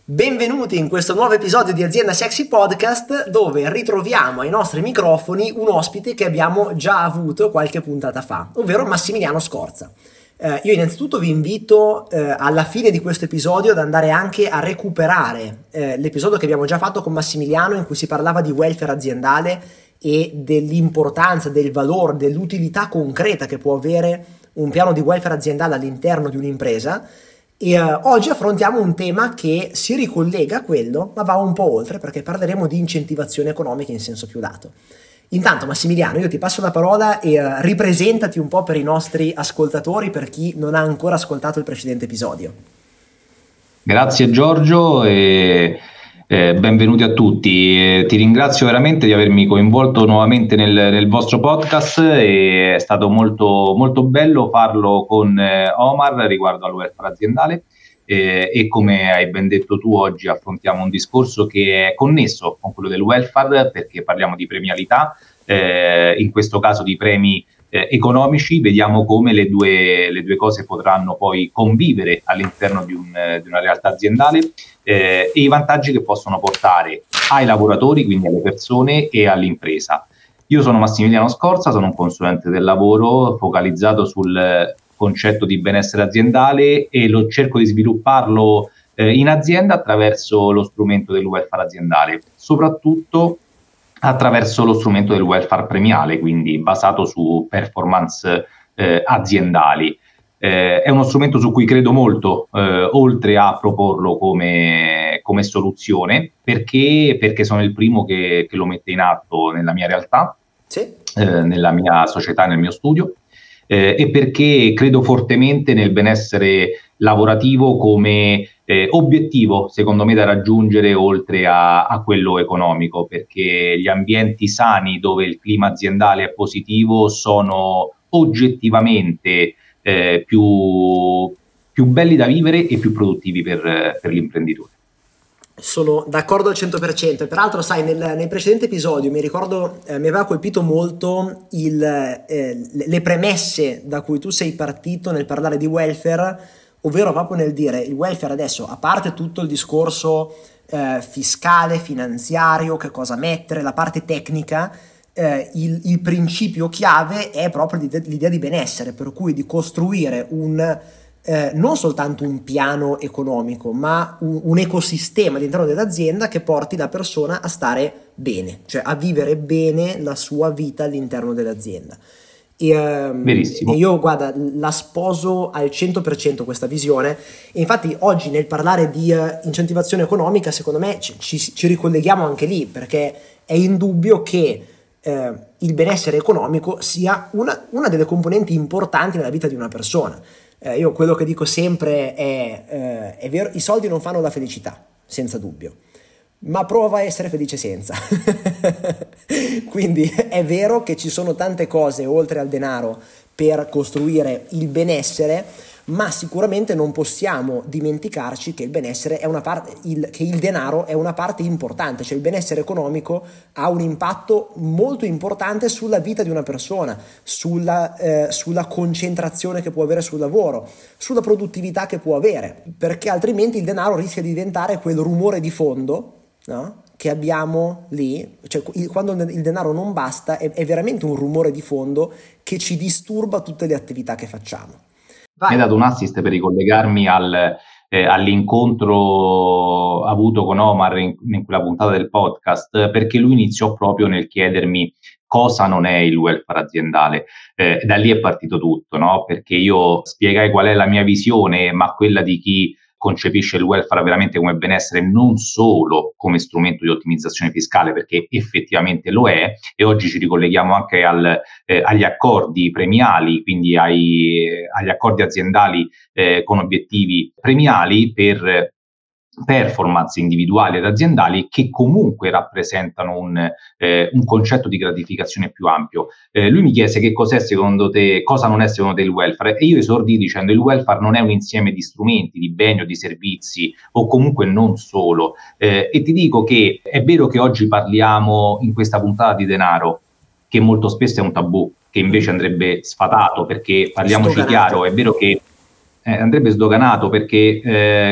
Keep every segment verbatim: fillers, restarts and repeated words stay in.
Benvenuti in questo nuovo episodio di Azienda Sexy Podcast, dove ritroviamo ai nostri microfoni un ospite che abbiamo già avuto qualche puntata fa, ovvero Massimiliano Scorza. Eh, io innanzitutto vi invito eh, alla fine di questo episodio ad andare anche a recuperare eh, l'episodio che abbiamo già fatto con Massimiliano, in cui si parlava di welfare aziendale e dell'importanza, del valore, dell'utilità concreta che può avere un piano di welfare aziendale all'interno di un'impresa. E uh, oggi affrontiamo un tema che si ricollega a quello, ma va un po' oltre, perché parleremo di incentivazione economica in senso più lato. Intanto, Massimiliano, io ti passo la parola e uh, ripresentati un po' per i nostri ascoltatori, per chi non ha ancora ascoltato il precedente episodio. Grazie Giorgio e eh, benvenuti a tutti. Eh, ti ringrazio veramente di avermi coinvolto nuovamente nel, nel vostro podcast, e è stato molto, molto bello farlo con eh, Omar riguardo al welfare aziendale eh, e come hai ben detto tu, oggi affrontiamo un discorso che è connesso con quello del welfare, perché parliamo di premialità, eh, in questo caso di premi Eh, economici. Vediamo come le due, le due cose potranno poi convivere all'interno di, un, di una realtà aziendale eh, e i vantaggi che possono portare ai lavoratori, quindi alle persone, e all'impresa. Io sono Massimiliano Scorza, sono un consulente del lavoro focalizzato sul concetto di benessere aziendale e lo cerco di svilupparlo eh, in azienda attraverso lo strumento del welfare aziendale, soprattutto attraverso lo strumento del welfare premiale, quindi basato su performance eh, aziendali. Eh, è uno strumento su cui credo molto, eh, oltre a proporlo come, come soluzione, perché, perché sono il primo che, che lo mette in atto nella mia realtà, sì. eh, nella mia società, nel mio studio, eh, e perché credo fortemente nel benessere lavorativo come eh, obiettivo, secondo me, da raggiungere oltre a, a quello economico, perché gli ambienti sani dove il clima aziendale è positivo sono oggettivamente eh, più, più belli da vivere e più produttivi per, per l'imprenditore. Sono d'accordo al cento per cento, e peraltro sai, nel, nel precedente episodio mi ricordo, eh, mi aveva colpito molto il, eh, le premesse da cui tu sei partito nel parlare di welfare, ovvero proprio nel dire il welfare adesso, a parte tutto il discorso eh, fiscale, finanziario, che cosa mettere, la parte tecnica, eh, il, il principio chiave è proprio l'idea di benessere, per cui di costruire un Eh, non soltanto un piano economico, ma un, un ecosistema all'interno dell'azienda che porti la persona a stare bene, cioè a vivere bene la sua vita all'interno dell'azienda. E, ehm, e io, guarda, la sposo al cento per cento questa visione, e infatti oggi nel parlare di uh, incentivazione economica, secondo me ci, ci, ci ricolleghiamo anche lì, perché è indubbio che eh, il benessere economico sia una, una delle componenti importanti nella vita di una persona. Eh, io quello che dico sempre è, eh, è vero, i soldi non fanno la felicità, senza dubbio, ma prova a essere felice senza. Quindi è vero che ci sono tante cose oltre al denaro per costruire il benessere, ma sicuramente non possiamo dimenticarci che il benessere è una parte, il, che il denaro è una parte importante, cioè il benessere economico ha un impatto molto importante sulla vita di una persona, sulla, eh, sulla concentrazione che può avere sul lavoro, sulla produttività che può avere, perché altrimenti il denaro rischia di diventare quel rumore di fondo, no? Che abbiamo lì, cioè quando il denaro non basta è, è veramente un rumore di fondo che ci disturba tutte le attività che facciamo. Vai. Mi hai dato un assist per ricollegarmi al, eh, all'incontro avuto con Omar in, in quella puntata del podcast, perché lui iniziò proprio nel chiedermi cosa non è il welfare aziendale. Eh, da lì è partito tutto, no? Perché io spiegai qual è la mia visione, ma quella di chi concepisce il welfare veramente come benessere, non solo come strumento di ottimizzazione fiscale, perché effettivamente lo è, e oggi ci ricolleghiamo anche al, eh, agli accordi premiali, quindi ai, agli accordi aziendali eh, con obiettivi premiali per performance individuali ed aziendali, che comunque rappresentano un, eh, un concetto di gratificazione più ampio. Eh, lui mi chiese che cos'è secondo te, cosa non è secondo te il welfare, e io esordii dicendo il welfare non è un insieme di strumenti, di beni o di servizi, o comunque non solo. Eh, e ti dico che è vero che oggi parliamo in questa puntata di denaro, che molto spesso è un tabù, che invece andrebbe sfatato, perché parliamoci chiaro, è vero che eh, andrebbe sdoganato, perché eh,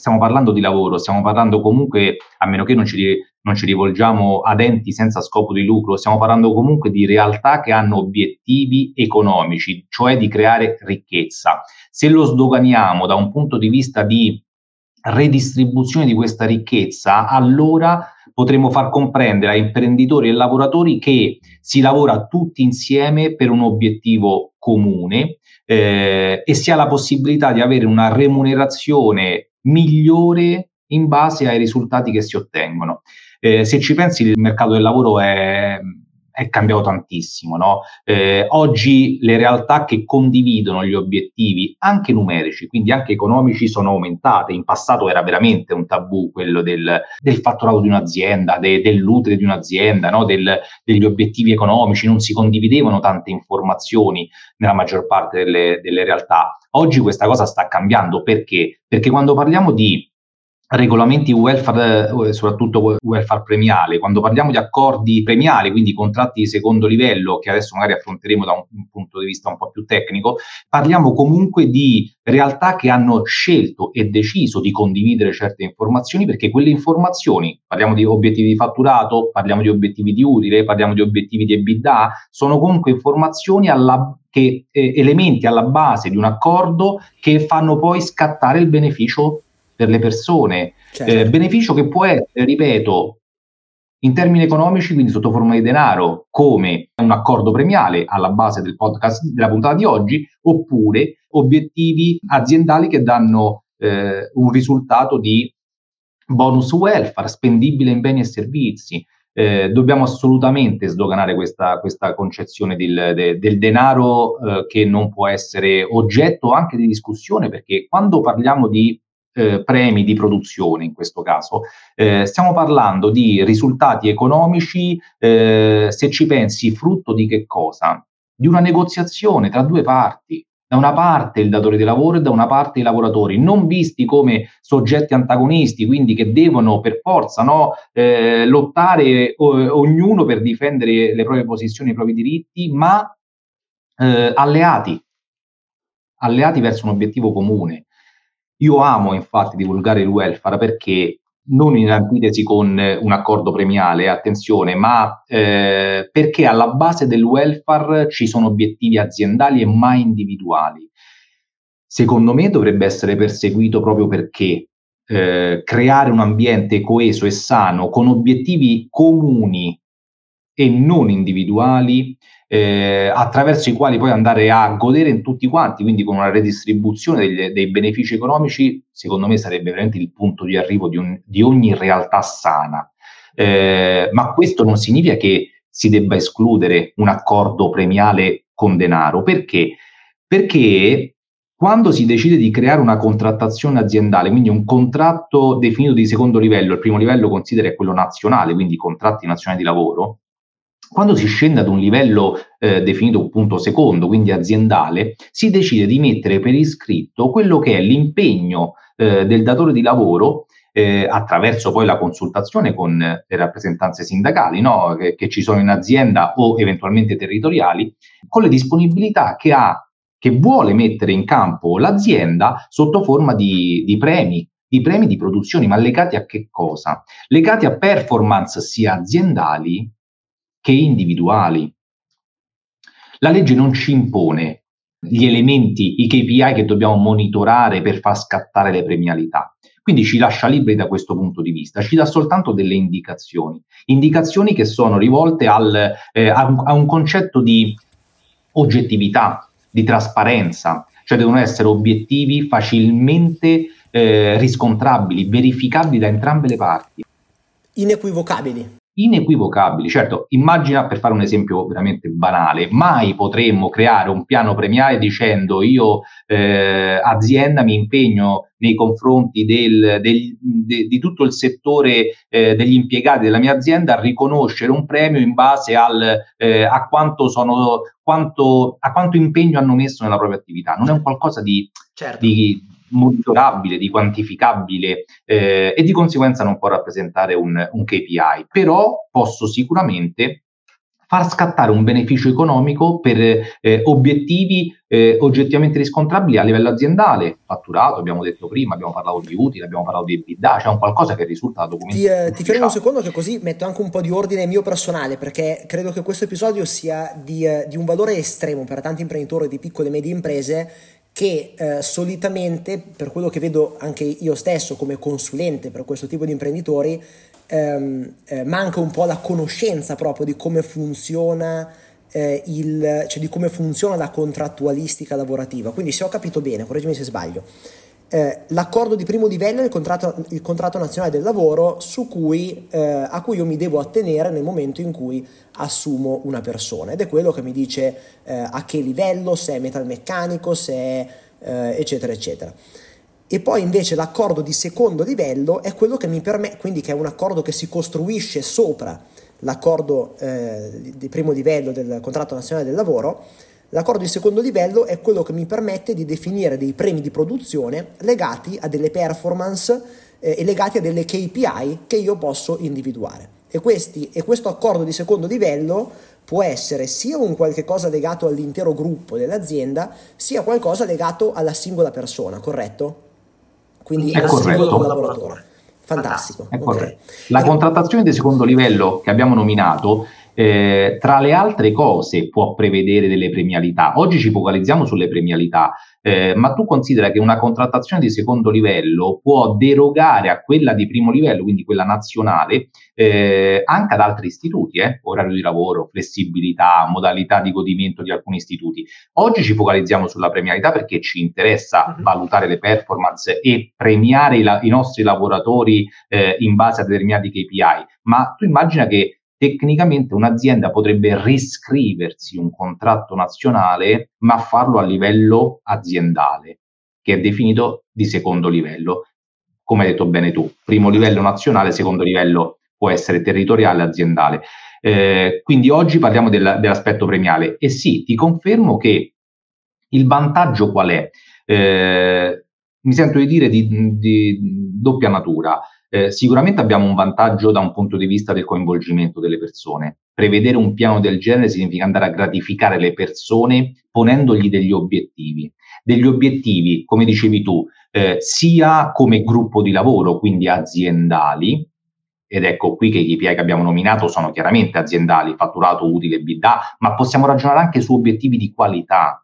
stiamo parlando di lavoro, stiamo parlando comunque, a meno che non ci, non ci rivolgiamo ad enti senza scopo di lucro, stiamo parlando comunque di realtà che hanno obiettivi economici, cioè di creare ricchezza. Se lo sdoganiamo da un punto di vista di redistribuzione di questa ricchezza, allora potremo far comprendere a imprenditori e lavoratori che si lavora tutti insieme per un obiettivo comune eh, e si ha la possibilità di avere una remunerazione migliore in base ai risultati che si ottengono. Eh, se ci pensi, il mercato del lavoro è, è cambiato tantissimo, no? Eh, oggi le realtà che condividono gli obiettivi, anche numerici, quindi anche economici, sono aumentate. In passato era veramente un tabù quello del, del fatturato di un'azienda, de, dell'utile di un'azienda, no? del, degli obiettivi economici, non si condividevano tante informazioni nella maggior parte delle, delle realtà. Oggi questa cosa sta cambiando. Perché? Perché quando parliamo di regolamenti welfare, soprattutto welfare premiale, quando parliamo di accordi premiali, quindi contratti di secondo livello, che adesso magari affronteremo da un, un punto di vista un po' più tecnico, parliamo comunque di realtà che hanno scelto e deciso di condividere certe informazioni, perché quelle informazioni, parliamo di obiettivi di fatturato, parliamo di obiettivi di utile, parliamo di obiettivi di EBITDA, sono comunque informazioni alla, che, eh, elementi alla base di un accordo che fanno poi scattare il beneficio per le persone, certo. eh, beneficio che può essere, ripeto, in termini economici, quindi sotto forma di denaro, come un accordo premiale alla base del podcast della puntata di oggi, oppure obiettivi aziendali che danno eh, un risultato di bonus welfare spendibile in beni e servizi. Eh, dobbiamo assolutamente sdoganare questa, questa concezione del, de, del denaro eh, che non può essere oggetto anche di discussione, perché quando parliamo di Eh, premi di produzione, in questo caso, eh, stiamo parlando di risultati economici, eh, se ci pensi, frutto di che cosa? Di una negoziazione tra due parti. Da una parte il datore di lavoro e da una parte i lavoratori, non visti come soggetti antagonisti, quindi che devono per forza no, eh, lottare o, ognuno per difendere le proprie posizioni, i propri diritti, ma eh, alleati, alleati verso un obiettivo comune. Io amo infatti divulgare il welfare perché non in antitesi con un accordo premiale, attenzione, ma eh, perché alla base del welfare ci sono obiettivi aziendali e mai individuali. Secondo me dovrebbe essere perseguito proprio perché eh, creare un ambiente coeso e sano con obiettivi comuni e non individuali, eh, attraverso i quali poi andare a godere in tutti quanti, quindi con una redistribuzione dei, dei benefici economici, secondo me sarebbe veramente il punto di arrivo di, un, di ogni realtà sana. Eh, ma questo non significa che si debba escludere un accordo premiale con denaro. Perché? Perché quando si decide di creare una contrattazione aziendale, quindi un contratto definito di secondo livello, il primo livello considera quello nazionale, quindi i contratti nazionali di lavoro, quando si scende ad un livello eh, definito appunto secondo, quindi aziendale, si decide di mettere per iscritto quello che è l'impegno eh, del datore di lavoro eh, attraverso poi la consultazione con le rappresentanze sindacali, no? che, che ci sono in azienda o eventualmente territoriali, con le disponibilità che ha, che vuole mettere in campo l'azienda sotto forma di, di premi, di premi di produzione, ma legati a che cosa? Legati a performance sia aziendali che individuali. La legge non ci impone gli elementi, i K P I che dobbiamo monitorare per far scattare le premialità. Quindi ci lascia liberi da questo punto di vista, ci dà soltanto delle indicazioni, indicazioni che sono rivolte al, eh, a, un, a un concetto di oggettività, di trasparenza, cioè devono essere obiettivi facilmente eh, riscontrabili, verificabili da entrambe le parti. Inequivocabili. Inequivocabili, certo. Immagina, per fare un esempio veramente banale, mai potremmo creare un piano premiale dicendo io eh, azienda mi impegno nei confronti del, del, de, di tutto il settore eh, degli impiegati della mia azienda a riconoscere un premio in base al, eh, a quanto sono quanto, a quanto impegno hanno messo nella propria attività. Non è un qualcosa di, certo. di monitorabile, di quantificabile eh, e di conseguenza non può rappresentare un, un K P I, però posso sicuramente far scattare un beneficio economico per eh, obiettivi eh, oggettivamente riscontrabili a livello aziendale, fatturato, abbiamo detto prima, abbiamo parlato di utile, abbiamo parlato di EBITDA, cioè un qualcosa che risulta da documenti Ti, eh, ti fermo un ufficiali. secondo che così metto anche un po' di ordine mio personale, perché credo che questo episodio sia di, eh, di un valore estremo per tanti imprenditori di piccole e medie imprese che eh, solitamente, per quello che vedo anche io stesso come consulente per questo tipo di imprenditori, ehm, eh, manca un po' la conoscenza proprio di come funziona eh, il, cioè di come funziona la contrattualistica lavorativa. Quindi, se ho capito bene, correggimi se sbaglio, eh, l'accordo di primo livello è il contratto, il contratto nazionale del lavoro su cui, eh, a cui io mi devo attenere nel momento in cui assumo una persona, ed è quello che mi dice eh, a che livello, se è metalmeccanico, se è eh, eccetera eccetera. E poi invece l'accordo di secondo livello è quello che mi permette, quindi che è un accordo che si costruisce sopra l'accordo eh, di primo livello del contratto nazionale del lavoro. L'accordo di secondo livello è quello che mi permette di definire dei premi di produzione legati a delle performance eh, e legati a delle K P I che io posso individuare. E, questi, e questo accordo di secondo livello può essere sia un qualche cosa legato all'intero gruppo dell'azienda, sia qualcosa legato alla singola persona, corretto? Quindi è al corretto. singolo collaboratore. Fantastico. È Okay. corretto. La contrattazione di secondo livello che abbiamo nominato, eh, tra le altre cose, può prevedere delle premialità. Oggi ci focalizziamo sulle premialità, eh, ma tu considera che una contrattazione di secondo livello può derogare a quella di primo livello, quindi quella nazionale, eh, anche ad altri istituti, eh? Orario di lavoro, flessibilità, modalità di godimento di alcuni istituti. Oggi ci focalizziamo sulla premialità perché ci interessa valutare le performance e premiare i, la- i nostri lavoratori eh, in base a determinati K P I, ma tu immagina che tecnicamente un'azienda potrebbe riscriversi un contratto nazionale, ma farlo a livello aziendale, che è definito di secondo livello. Come hai detto bene tu, primo livello nazionale, secondo livello può essere territoriale, aziendale. Eh, quindi oggi parliamo del, dell'aspetto premiale. E sì, ti confermo che il vantaggio qual è? Eh, mi sento di dire di, di doppia natura. Eh, sicuramente abbiamo un vantaggio da un punto di vista del coinvolgimento delle persone. Prevedere un piano del genere significa andare a gratificare le persone ponendogli degli obiettivi. Degli obiettivi, come dicevi tu, eh, sia come gruppo di lavoro, quindi aziendali, ed ecco qui che i K P I che abbiamo nominato sono chiaramente aziendali, fatturato, utile, EBITDA, ma possiamo ragionare anche su obiettivi di qualità.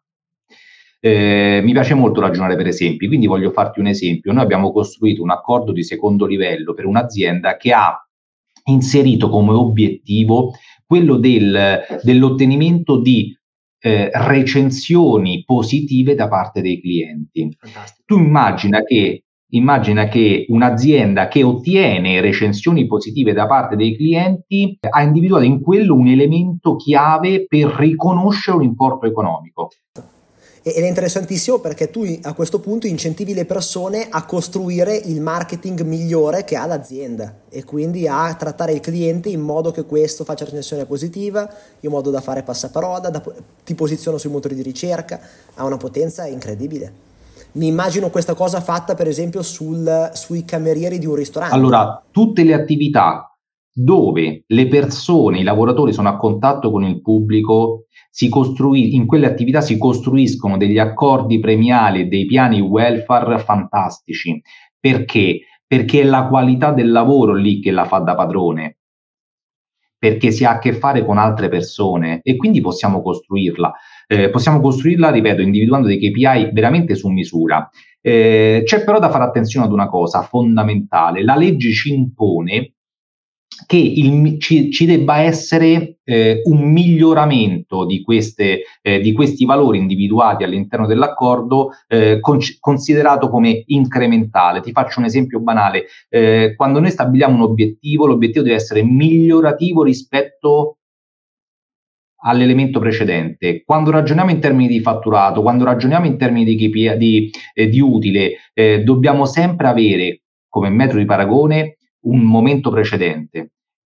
Eh, mi piace molto ragionare per esempi, quindi voglio farti un esempio. Noi abbiamo costruito un accordo di secondo livello per un'azienda che ha inserito come obiettivo quello del, dell'ottenimento di eh, recensioni positive da parte dei clienti. Fantastico. Tu immagina che, immagina che un'azienda che ottiene recensioni positive da parte dei clienti ha individuato in quello un elemento chiave per riconoscere un importo economico. Ed è interessantissimo perché tu a questo punto incentivi le persone a costruire il marketing migliore che ha l'azienda e quindi a trattare il cliente in modo che questo faccia recensione positiva, in modo da fare passaparola, da, ti posiziona sui motori di ricerca, ha una potenza incredibile. Mi immagino questa cosa fatta per esempio sul, sui camerieri di un ristorante. Allora, tutte le attività dove le persone, i lavoratori sono a contatto con il pubblico, si costrui- in quelle attività si costruiscono degli accordi premiali e dei piani welfare fantastici. Perché? Perché è la qualità del lavoro lì che la fa da padrone, perché si ha a che fare con altre persone e quindi possiamo costruirla. Eh, possiamo costruirla, ripeto, individuando dei K P I veramente su misura. Eh, c'è però da fare attenzione ad una cosa fondamentale. La legge ci impone che il, ci, ci debba essere eh, un miglioramento di, queste, eh, di questi valori individuati all'interno dell'accordo eh, con, considerato come incrementale. Ti faccio un esempio banale. Eh, quando noi stabiliamo un obiettivo, l'obiettivo deve essere migliorativo rispetto all'elemento precedente. Quando ragioniamo in termini di fatturato, quando ragioniamo in termini di, K P I, di, eh, di utile, eh, dobbiamo sempre avere come metodo di paragone un momento precedente.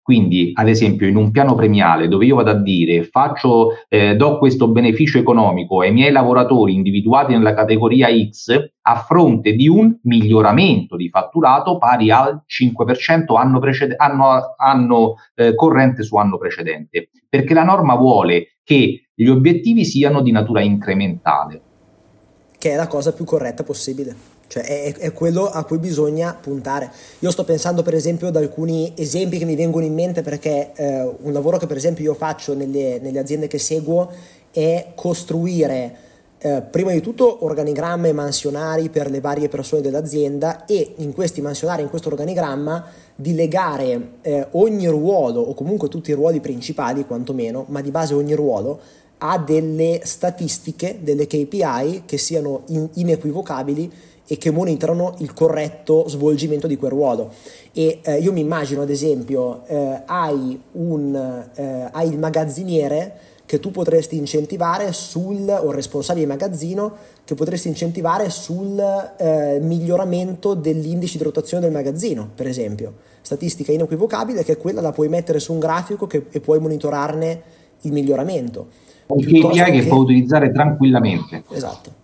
Quindi, ad esempio, in un piano premiale dove io vado a dire faccio, eh, do questo beneficio economico ai miei lavoratori individuati nella categoria X a fronte di un miglioramento di fatturato pari al cinque per cento anno, precede- anno, anno eh, corrente su anno precedente, perché la norma vuole che gli obiettivi siano di natura incrementale. Che è la cosa più corretta possibile. Cioè è, è quello a cui bisogna puntare. Io sto pensando per esempio ad alcuni esempi che mi vengono in mente, perché eh, un lavoro che per esempio io faccio nelle, nelle aziende che seguo è costruire eh, prima di tutto organigrammi e mansionari per le varie persone dell'azienda, e in questi mansionari, in questo organigramma, di legare eh, ogni ruolo, o comunque tutti i ruoli principali quantomeno, ma di base ogni ruolo, a delle statistiche, delle K P I che siano in, inequivocabili e che monitorano il corretto svolgimento di quel ruolo. E eh, io mi immagino, ad esempio, eh, hai, un, eh, hai il magazziniere che tu potresti incentivare sul, o il responsabile di magazzino che potresti incentivare sul eh, miglioramento dell'indice di rotazione del magazzino, per esempio. Statistica inequivocabile, che quella la puoi mettere su un grafico che, e puoi monitorarne il miglioramento. Un K P I che, che puoi utilizzare tranquillamente. Esatto.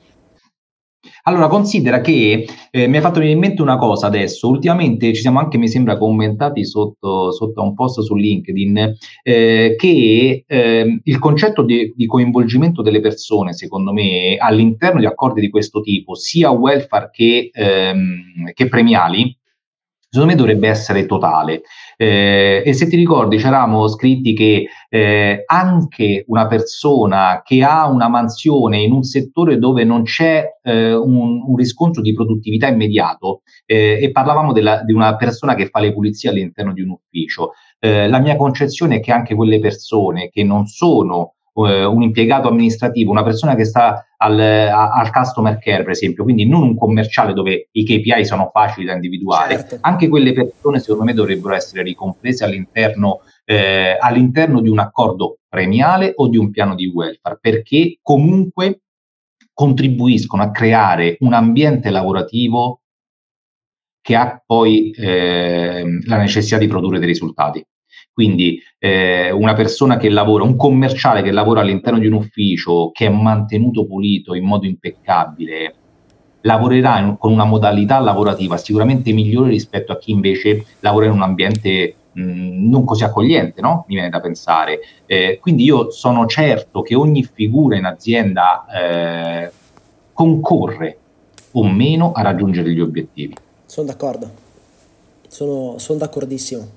Allora, considera che eh, mi ha fatto venire in mente una cosa adesso. Ultimamente ci siamo anche, mi sembra, commentati sotto, sotto a un post su LinkedIn, eh, che eh, il concetto di, di coinvolgimento delle persone, secondo me, all'interno di accordi di questo tipo, sia welfare che, ehm, che premiali, secondo me dovrebbe essere totale. Eh, e se ti ricordi, c'eravamo scritti che eh, anche una persona che ha una mansione in un settore dove non c'è eh, un, un riscontro di produttività immediato, eh, e parlavamo della, di una persona che fa le pulizie all'interno di un ufficio. Eh, la mia concezione è che anche quelle persone che non sono Uh, un impiegato amministrativo, una persona che sta al, a, al customer care, per esempio, quindi non un commerciale dove i K P I sono facili da individuare, certo. Anche quelle persone secondo me dovrebbero essere ricomprese all'interno, eh, all'interno di un accordo premiale o di un piano di welfare, perché comunque contribuiscono a creare un ambiente lavorativo che ha poi eh, la necessità di produrre dei risultati. Quindi eh, una persona che lavora, un commerciale che lavora all'interno di un ufficio, che è mantenuto pulito in modo impeccabile, lavorerà in, con una modalità lavorativa sicuramente migliore rispetto a chi invece lavora in un ambiente mh, non così accogliente, no? Mi viene da pensare. Eh, quindi io sono certo che ogni figura in azienda eh, concorre o meno a raggiungere gli obiettivi. Sono d'accordo, sono, sono d'accordissimo.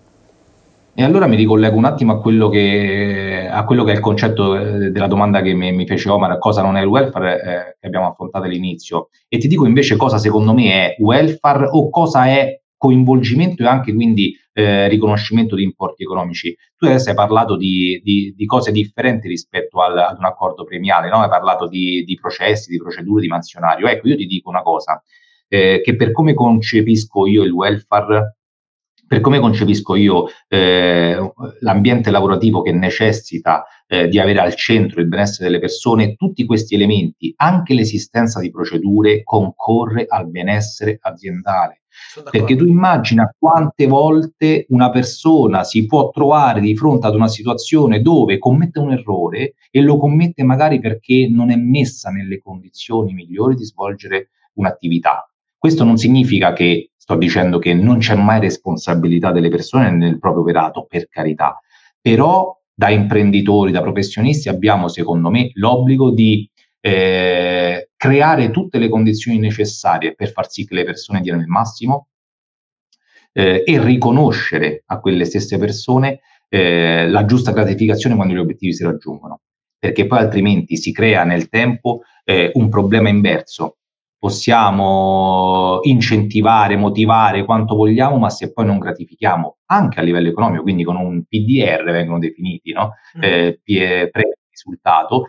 E allora mi ricollego un attimo a quello che, a quello che è il concetto della domanda che mi, mi fece Omar, cosa non è il welfare, eh, che abbiamo affrontato all'inizio. E ti dico invece cosa secondo me è welfare o cosa è coinvolgimento e anche quindi eh, riconoscimento di importi economici. Tu adesso hai parlato di, di, di cose differenti rispetto al, ad un accordo premiale, no? Hai parlato di, di processi, di procedure, di mansionario. Ecco, io ti dico una cosa, eh, che per come concepisco io il welfare, per come concepisco io eh, l'ambiente lavorativo che necessita eh, di avere al centro il benessere delle persone, tutti questi elementi, anche l'esistenza di procedure, concorre al benessere aziendale. Perché tu immagina quante volte una persona si può trovare di fronte ad una situazione dove commette un errore e lo commette magari perché non è messa nelle condizioni migliori di svolgere un'attività. Questo non significa che sto dicendo che non c'è mai responsabilità delle persone nel proprio operato, per carità, però da imprenditori, da professionisti abbiamo, secondo me, l'obbligo di eh, creare tutte le condizioni necessarie per far sì che le persone diano il massimo eh, e riconoscere a quelle stesse persone eh, la giusta gratificazione quando gli obiettivi si raggiungono, perché poi altrimenti si crea nel tempo eh, un problema inverso. Possiamo incentivare, motivare quanto vogliamo, ma se poi non gratifichiamo anche a livello economico, quindi con un P D R vengono definiti, no? eh, pre-risultato,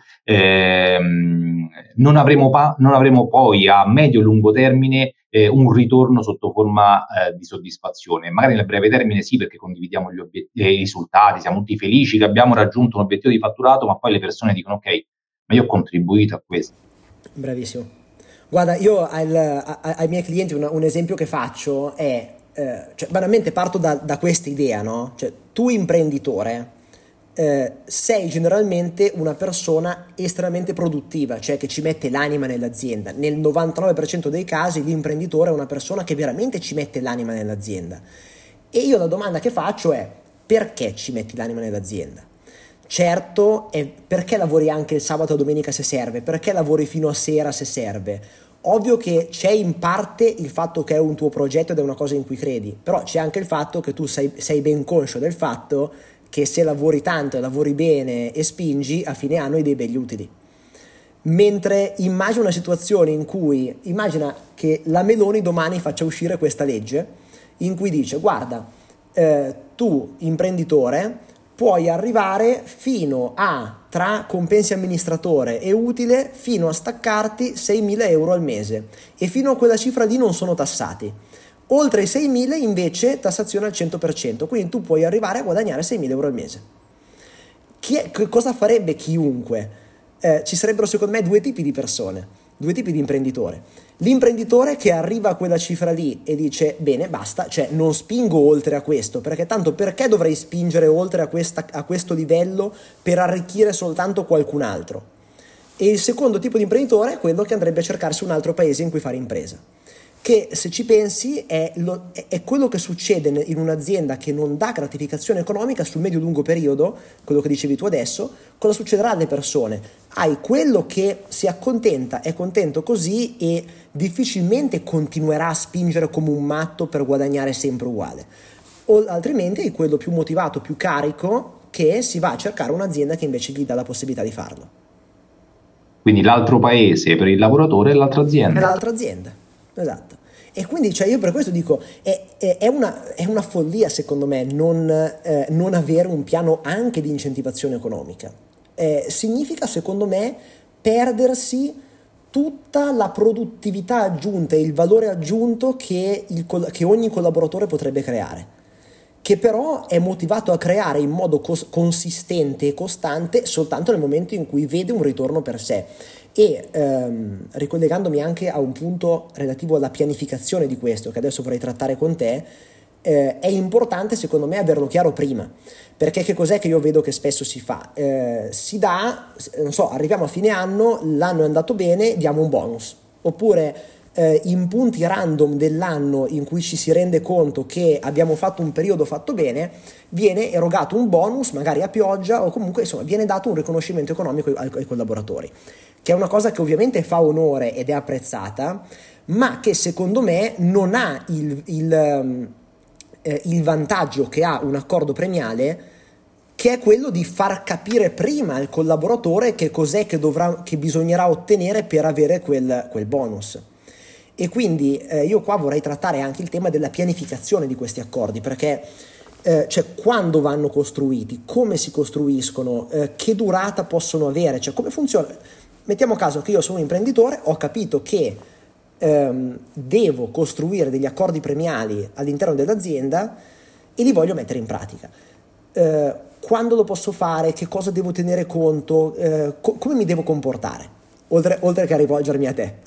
ehm, non avremo, pa- non avremo poi a medio-lungo termine eh, un ritorno sotto forma eh, di soddisfazione. Magari nel breve termine sì, perché condividiamo gli obiet- i risultati, siamo tutti felici che abbiamo raggiunto un obiettivo di fatturato, ma poi le persone dicono ok, ma io ho contribuito a questo. Bravissimo. Guarda, io al, a, ai miei clienti un, un esempio che faccio è eh, cioè, banalmente parto da, da questa idea, no? Cioè, tu imprenditore eh, sei generalmente una persona estremamente produttiva, cioè che ci mette l'anima nell'azienda. Nel novantanove per cento dei casi l'imprenditore è una persona che veramente ci mette l'anima nell'azienda. E io la domanda che faccio è: perché ci metti l'anima nell'azienda? Certo, è perché lavori anche il sabato e domenica se serve, perché lavori fino a sera se serve. Ovvio che c'è in parte il fatto che è un tuo progetto ed è una cosa in cui credi, però c'è anche il fatto che tu sei, sei ben conscio del fatto che se lavori tanto e lavori bene e spingi, a fine anno hai dei begli utili. Mentre immagina una situazione in cui, immagina che la Meloni domani faccia uscire questa legge in cui dice: guarda, eh, tu imprenditore puoi arrivare fino a, tra compensi amministratore e utile, fino a staccarti seimila euro al mese, e fino a quella cifra lì non sono tassati. Oltre i seimila invece tassazione al cento per cento, quindi tu puoi arrivare a guadagnare seimila euro al mese. Chi è, che cosa farebbe chiunque? Eh, ci sarebbero secondo me due tipi di persone, due tipi di imprenditore. L'imprenditore che arriva a quella cifra lì e dice: bene, basta, cioè non spingo oltre a questo, perché tanto perché dovrei spingere oltre a, questa, a questo livello per arricchire soltanto qualcun altro? E il secondo tipo di imprenditore è quello che andrebbe a cercarsi un altro paese in cui fare impresa, che se ci pensi è, lo, è quello che succede in un'azienda che non dà gratificazione economica sul medio-lungo periodo, quello che dicevi tu adesso. Cosa succederà alle persone? Hai quello che si accontenta, è contento così e difficilmente continuerà a spingere come un matto per guadagnare sempre uguale, o altrimenti hai quello più motivato, più carico, che si va a cercare un'azienda che invece gli dà la possibilità di farlo. Quindi l'altro paese per il lavoratore è l'altra azienda. È l'altra azienda, esatto. E quindi cioè io per questo dico, è, è, è, una, è una follia secondo me non, eh, non avere un piano anche di incentivazione economica. Eh, significa secondo me perdersi tutta la produttività aggiunta e il valore aggiunto che, il, che ogni collaboratore potrebbe creare, che però è motivato a creare in modo cos- consistente e costante soltanto nel momento in cui vede un ritorno per sé. E ehm, ricollegandomi anche a un punto relativo alla pianificazione di questo, che adesso vorrei trattare con te, eh, è importante secondo me averlo chiaro prima, perché che cos'è che io vedo che spesso si fa? Eh, si dà, non so, arriviamo a fine anno, l'anno è andato bene, diamo un bonus, oppure eh, in punti random dell'anno in cui ci si rende conto che abbiamo fatto un periodo fatto bene, viene erogato un bonus, magari a pioggia, o comunque insomma viene dato un riconoscimento economico ai, ai collaboratori, che è una cosa che ovviamente fa onore ed è apprezzata, ma che secondo me non ha il, il, eh, il vantaggio che ha un accordo premiale, che è quello di far capire prima al collaboratore che cos'è che, dovrà, che bisognerà ottenere per avere quel, quel bonus. E quindi eh, io qua vorrei trattare anche il tema della pianificazione di questi accordi, perché eh, cioè quando vanno costruiti, come si costruiscono, eh, che durata possono avere, cioè come funziona. Mettiamo caso che io sono un imprenditore, ho capito che ehm, devo costruire degli accordi premiali all'interno dell'azienda e li voglio mettere in pratica. Eh, quando lo posso fare? Che cosa devo tenere conto? Eh, co- come mi devo comportare? Oltre, oltre che a rivolgermi a te.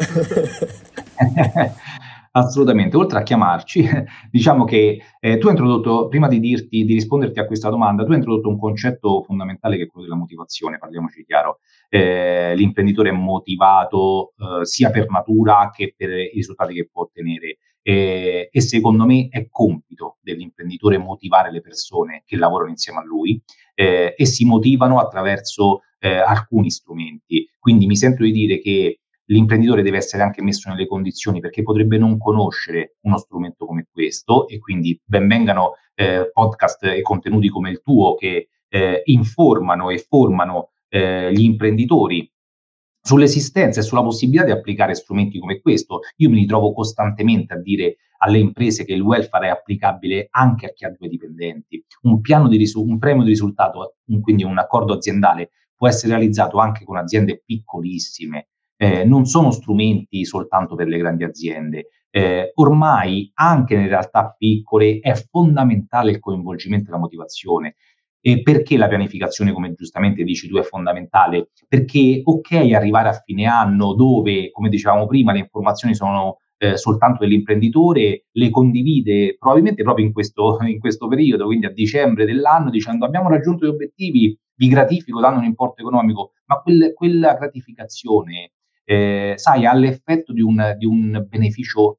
Assolutamente, oltre a chiamarci, diciamo che eh, tu hai introdotto, prima di dirti, di risponderti a questa domanda, tu hai introdotto un concetto fondamentale che è quello della motivazione, parliamoci chiaro. Eh, l'imprenditore è motivato eh, sia per natura che per i risultati che può ottenere. Eh, e secondo me è compito dell'imprenditore motivare le persone che lavorano insieme a lui eh, e si motivano attraverso eh, alcuni strumenti. Quindi mi sento di dire che l'imprenditore deve essere anche messo nelle condizioni, perché potrebbe non conoscere uno strumento come questo, e quindi ben vengano eh, podcast e contenuti come il tuo che eh, informano e formano eh, gli imprenditori sull'esistenza e sulla possibilità di applicare strumenti come questo. Io mi ritrovo costantemente a dire alle imprese che il welfare è applicabile anche a chi ha due dipendenti. Un piano di risu- un premio di risultato, un, quindi un accordo aziendale, può essere realizzato anche con aziende piccolissime. Eh, non sono strumenti soltanto per le grandi aziende. Eh, ormai anche nelle realtà piccole è fondamentale il coinvolgimento e la motivazione. E perché la pianificazione, come giustamente dici tu, è fondamentale? Perché ok arrivare a fine anno dove, come dicevamo prima, le informazioni sono eh, soltanto dell'imprenditore, le condivide probabilmente proprio in questo, in questo periodo, quindi a dicembre dell'anno, dicendo abbiamo raggiunto gli obiettivi, vi gratifico dando un importo economico, ma quel, quella gratificazione, eh, sai, ha l'effetto di un, di un beneficio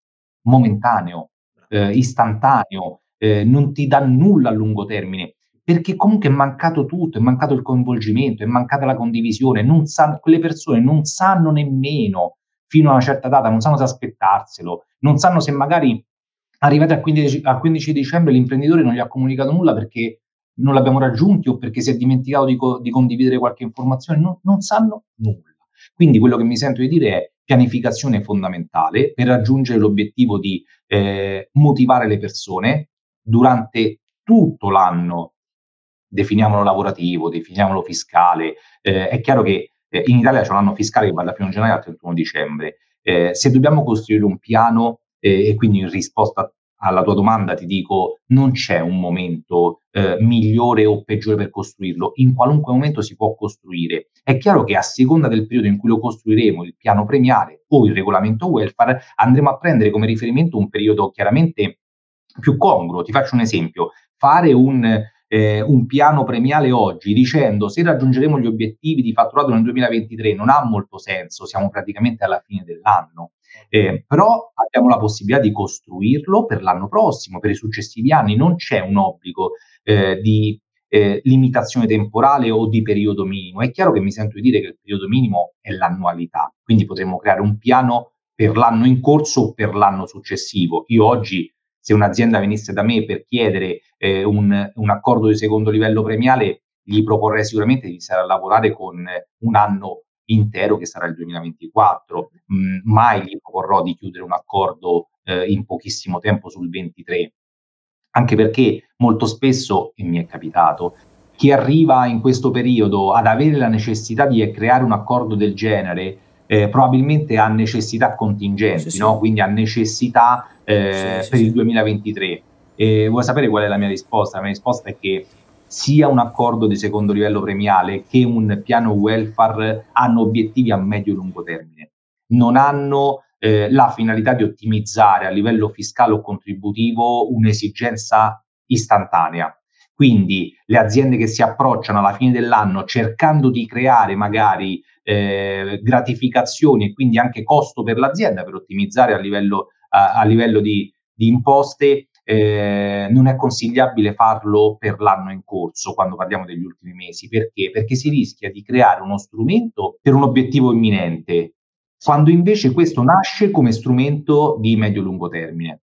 momentaneo, eh, istantaneo, eh, non ti dà nulla a lungo termine, perché comunque è mancato tutto, è mancato il coinvolgimento, è mancata la condivisione, non sa, quelle persone non sanno nemmeno, fino a una certa data, non sanno se aspettarselo, non sanno se magari arrivati al quindici, al quindici dicembre l'imprenditore non gli ha comunicato nulla perché non l'abbiamo raggiunti o perché si è dimenticato di, co- di condividere qualche informazione, no, non sanno nulla. Quindi quello che mi sento di dire è pianificazione fondamentale per raggiungere l'obiettivo di eh, motivare le persone durante tutto l'anno, definiamolo lavorativo, definiamolo fiscale. Eh, è chiaro che eh, in Italia c'è un anno fiscale che va dal primo gennaio al trentuno dicembre. Eh, se dobbiamo costruire un piano, eh, e quindi in risposta alla tua domanda ti dico, non c'è un momento eh, migliore o peggiore per costruirlo, in qualunque momento si può costruire. È chiaro che a seconda del periodo in cui lo costruiremo, il piano premiale o il regolamento welfare, andremo a prendere come riferimento un periodo chiaramente più congruo. Ti faccio un esempio: fare un, eh, un piano premiale oggi dicendo se raggiungeremo gli obiettivi di fatturato nel duemilaventitré non ha molto senso, siamo praticamente alla fine dell'anno. Eh, però abbiamo la possibilità di costruirlo per l'anno prossimo, per i successivi anni. Non c'è un obbligo eh, di eh, limitazione temporale o di periodo minimo. È chiaro che mi sento di dire che il periodo minimo è l'annualità, quindi potremmo creare un piano per l'anno in corso o per l'anno successivo. Io oggi, se un'azienda venisse da me per chiedere eh, un, un accordo di secondo livello premiale, gli proporrei sicuramente di iniziare a lavorare con un anno intero che sarà il duemilaventiquattro. Mm, mai gli proporrò di chiudere un accordo eh, in pochissimo tempo sul ventitré, anche perché molto spesso, e mi è capitato, chi arriva in questo periodo ad avere la necessità di creare un accordo del genere eh, probabilmente ha necessità contingenti, Sì, no? sì. Quindi ha necessità eh, Sì, sì, per sì. il duemilaventitré. E vuoi sapere qual è la mia risposta? La mia risposta è che sia un accordo di secondo livello premiale che un piano welfare hanno obiettivi a medio e lungo termine. Non hanno eh, la finalità di ottimizzare a livello fiscale o contributivo un'esigenza istantanea. Quindi le aziende che si approcciano alla fine dell'anno cercando di creare magari eh, gratificazioni e quindi anche costo per l'azienda per ottimizzare a livello, a, a livello di, di imposte, eh, non è consigliabile farlo per l'anno in corso quando parliamo degli ultimi mesi. Perché? Perché si rischia di creare uno strumento per un obiettivo imminente, quando invece questo nasce come strumento di medio-lungo termine.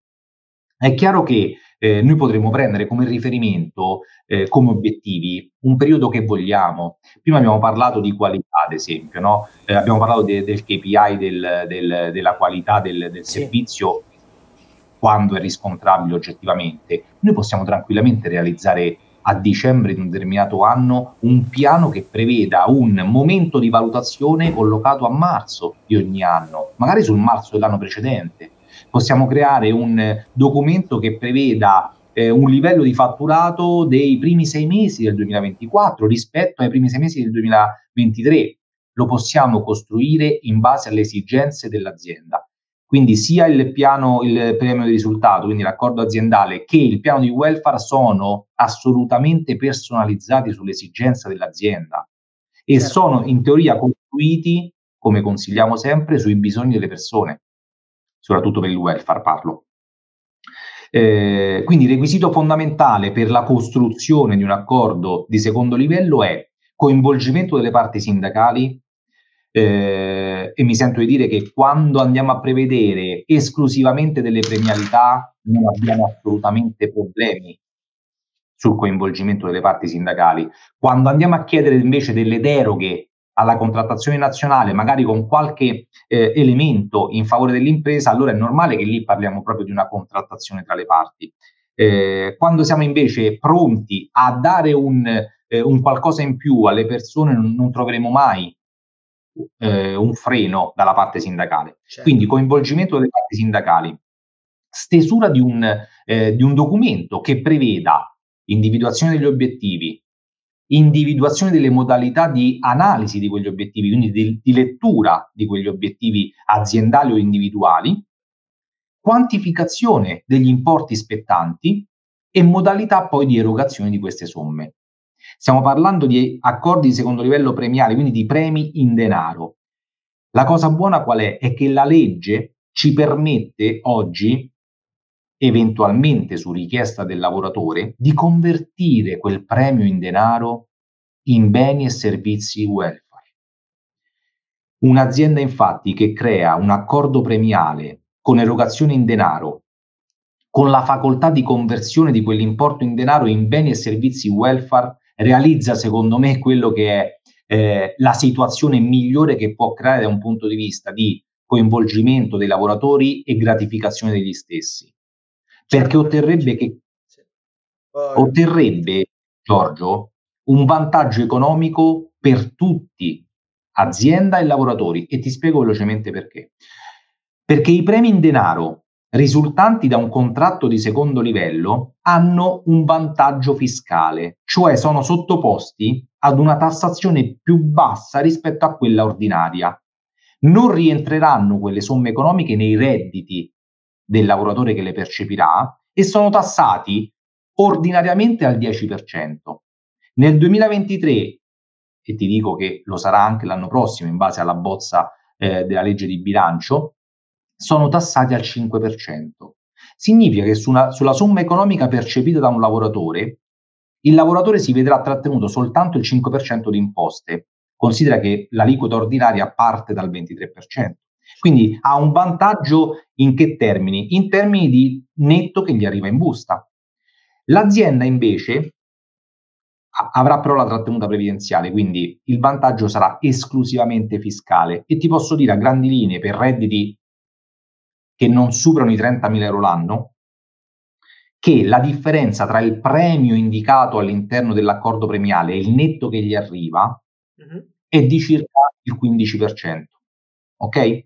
È chiaro che eh, noi potremmo prendere come riferimento, eh, come obiettivi, un periodo che vogliamo. Prima abbiamo parlato di qualità, ad esempio, no? Eh, abbiamo parlato de- del K P I del, del, della qualità del, del Sì. servizio, quando è riscontrabile oggettivamente. Noi possiamo tranquillamente realizzare a dicembre di un determinato anno un piano che preveda un momento di valutazione collocato a marzo di ogni anno, magari sul marzo dell'anno precedente. Possiamo creare un documento che preveda eh, un livello di fatturato dei primi sei mesi del duemilaventiquattro rispetto ai primi sei mesi del duemilaventitré. Lo possiamo costruire in base alle esigenze dell'azienda. Quindi sia il piano, il premio di risultato, quindi l'accordo aziendale, che il piano di welfare sono assolutamente personalizzati sull'esigenza dell'azienda e Certo. sono in teoria costruiti, come consigliamo sempre, sui bisogni delle persone, soprattutto per il welfare parlo. Eh, quindi il requisito fondamentale per la costruzione di un accordo di secondo livello è coinvolgimento delle parti sindacali, eh, e mi sento di dire che quando andiamo a prevedere esclusivamente delle premialità non abbiamo assolutamente problemi sul coinvolgimento delle parti sindacali. Quando andiamo a chiedere invece delle deroghe alla contrattazione nazionale, magari con qualche eh, elemento in favore dell'impresa, allora è normale che lì parliamo proprio di una contrattazione tra le parti. Eh, quando siamo invece pronti a dare un, eh, un qualcosa in più alle persone, non, non troveremo mai eh, un freno dalla parte sindacale. Certo. Quindi coinvolgimento delle parti sindacali, stesura di un, eh, di un documento che preveda individuazione degli obiettivi, individuazione delle modalità di analisi di quegli obiettivi, quindi di, di lettura di quegli obiettivi aziendali o individuali, quantificazione degli importi spettanti e modalità poi di erogazione di queste somme. Stiamo parlando di accordi di secondo livello premiali, quindi di premi in denaro. La cosa buona qual è? È che la legge ci permette oggi, eventualmente su richiesta del lavoratore, di convertire quel premio in denaro in beni e servizi welfare. Un'azienda infatti che crea un accordo premiale con erogazione in denaro, con la facoltà di conversione di quell'importo in denaro in beni e servizi welfare, realizza secondo me quello che è eh, la situazione migliore che può creare da un punto di vista di coinvolgimento dei lavoratori e gratificazione degli stessi. Perché otterrebbe che otterrebbe, Giorgio, un vantaggio economico per tutti, azienda e lavoratori, e ti spiego velocemente perché. Perché i premi in denaro risultanti da un contratto di secondo livello hanno un vantaggio fiscale, cioè sono sottoposti ad una tassazione più bassa rispetto a quella ordinaria. Non rientreranno quelle somme economiche nei redditi del lavoratore che le percepirà e sono tassati ordinariamente al dieci per cento. Nel duemilaventitré, e ti dico che lo sarà anche l'anno prossimo in base alla bozza eh, della legge di bilancio, sono tassati al cinque per cento. Significa che su una, sulla somma economica percepita da un lavoratore, il lavoratore si vedrà trattenuto soltanto il cinque per cento di imposte. Considera che l'aliquota ordinaria parte dal ventitré per cento. Quindi ha un vantaggio in che termini? In termini di netto che gli arriva in busta. L'azienda invece avrà però la trattenuta previdenziale, quindi il vantaggio sarà esclusivamente fiscale, e ti posso dire a grandi linee, per redditi che non superano i trentamila euro l'anno, che la differenza tra il premio indicato all'interno dell'accordo premiale e il netto che gli arriva uh-huh. è di circa il quindici per cento, ok?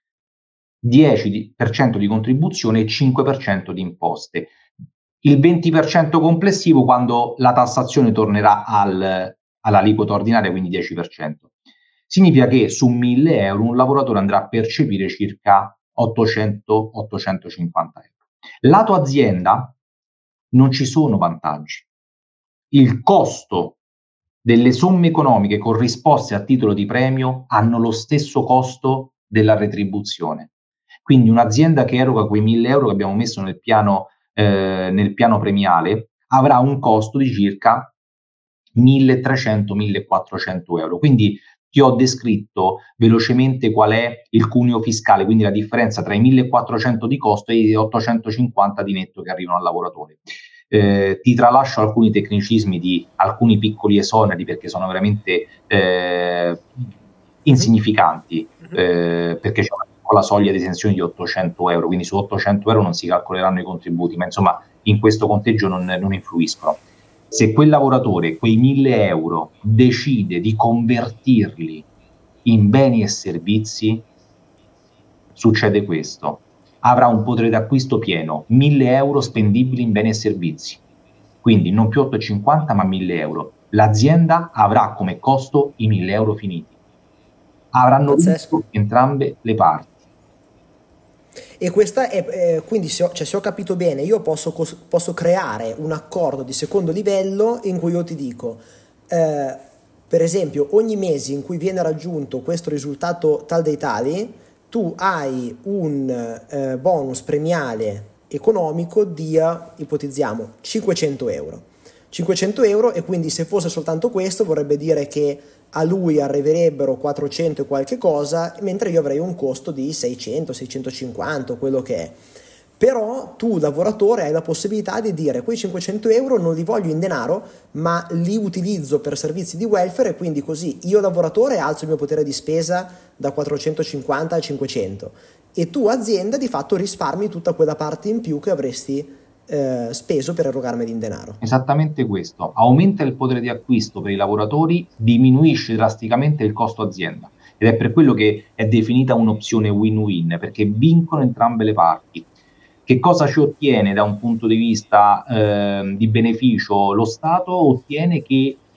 dieci per cento di contribuzione e cinque per cento di imposte. Il venti per cento complessivo quando la tassazione tornerà al, all'aliquota ordinaria, quindi dieci per cento. Significa che su mille euro un lavoratore andrà a percepire circa ottocento ottocentocinquanta euro. Lato azienda non ci sono vantaggi. Il costo delle somme economiche corrisposte a titolo di premio hanno lo stesso costo della retribuzione. Quindi un'azienda che eroga quei mille euro che abbiamo messo nel piano Eh, nel piano premiale avrà un costo di circa milletrecento millequattrocento euro. Quindi ti ho descritto velocemente qual è il cuneo fiscale, quindi la differenza tra i millequattrocento di costo e i ottocentocinquanta di netto che arrivano al lavoratore. Eh, ti tralascio alcuni tecnicismi di alcuni piccoli esoneri perché sono veramente eh, insignificanti, eh, perché c'è una con la soglia di esenzione di ottocento euro, quindi su ottocento euro non si calcoleranno i contributi, ma insomma in questo conteggio non, non influiscono. Se quel lavoratore quei mille euro decide di convertirli in beni e servizi, succede questo: avrà un potere d'acquisto pieno, mille euro spendibili in beni e servizi, quindi non più otto e cinquanta ma mille euro. L'azienda avrà come costo i mille euro finiti. Avranno vinto entrambe le parti. E questa è, eh, quindi se ho, cioè, se ho capito bene, io posso, posso creare un accordo di secondo livello in cui io ti dico, eh, per esempio, ogni mese in cui viene raggiunto questo risultato tal dei tali, tu hai un eh, bonus premiale economico di, ipotizziamo, cinquecento euro. cinquecento euro, e quindi se fosse soltanto questo vorrebbe dire che a lui arriverebbero quattrocento e qualche cosa, mentre io avrei un costo di seicento, seicentocinquanta, quello che è. Però tu, lavoratore, hai la possibilità di dire: quei cinquecento euro non li voglio in denaro, ma li utilizzo per servizi di welfare, e quindi così io, lavoratore, alzo il mio potere di spesa da quattrocentocinquanta a cinquecento, e tu, azienda, di fatto risparmi tutta quella parte in più che avresti Eh, speso per erogarmeli in denaro. Esattamente questo: aumenta il potere di acquisto per i lavoratori, diminuisce drasticamente il costo azienda, ed è per quello che è definita un'opzione win-win, perché vincono entrambe le parti. Che cosa ci ottiene da un punto di vista eh, di beneficio? Lo Stato ottiene che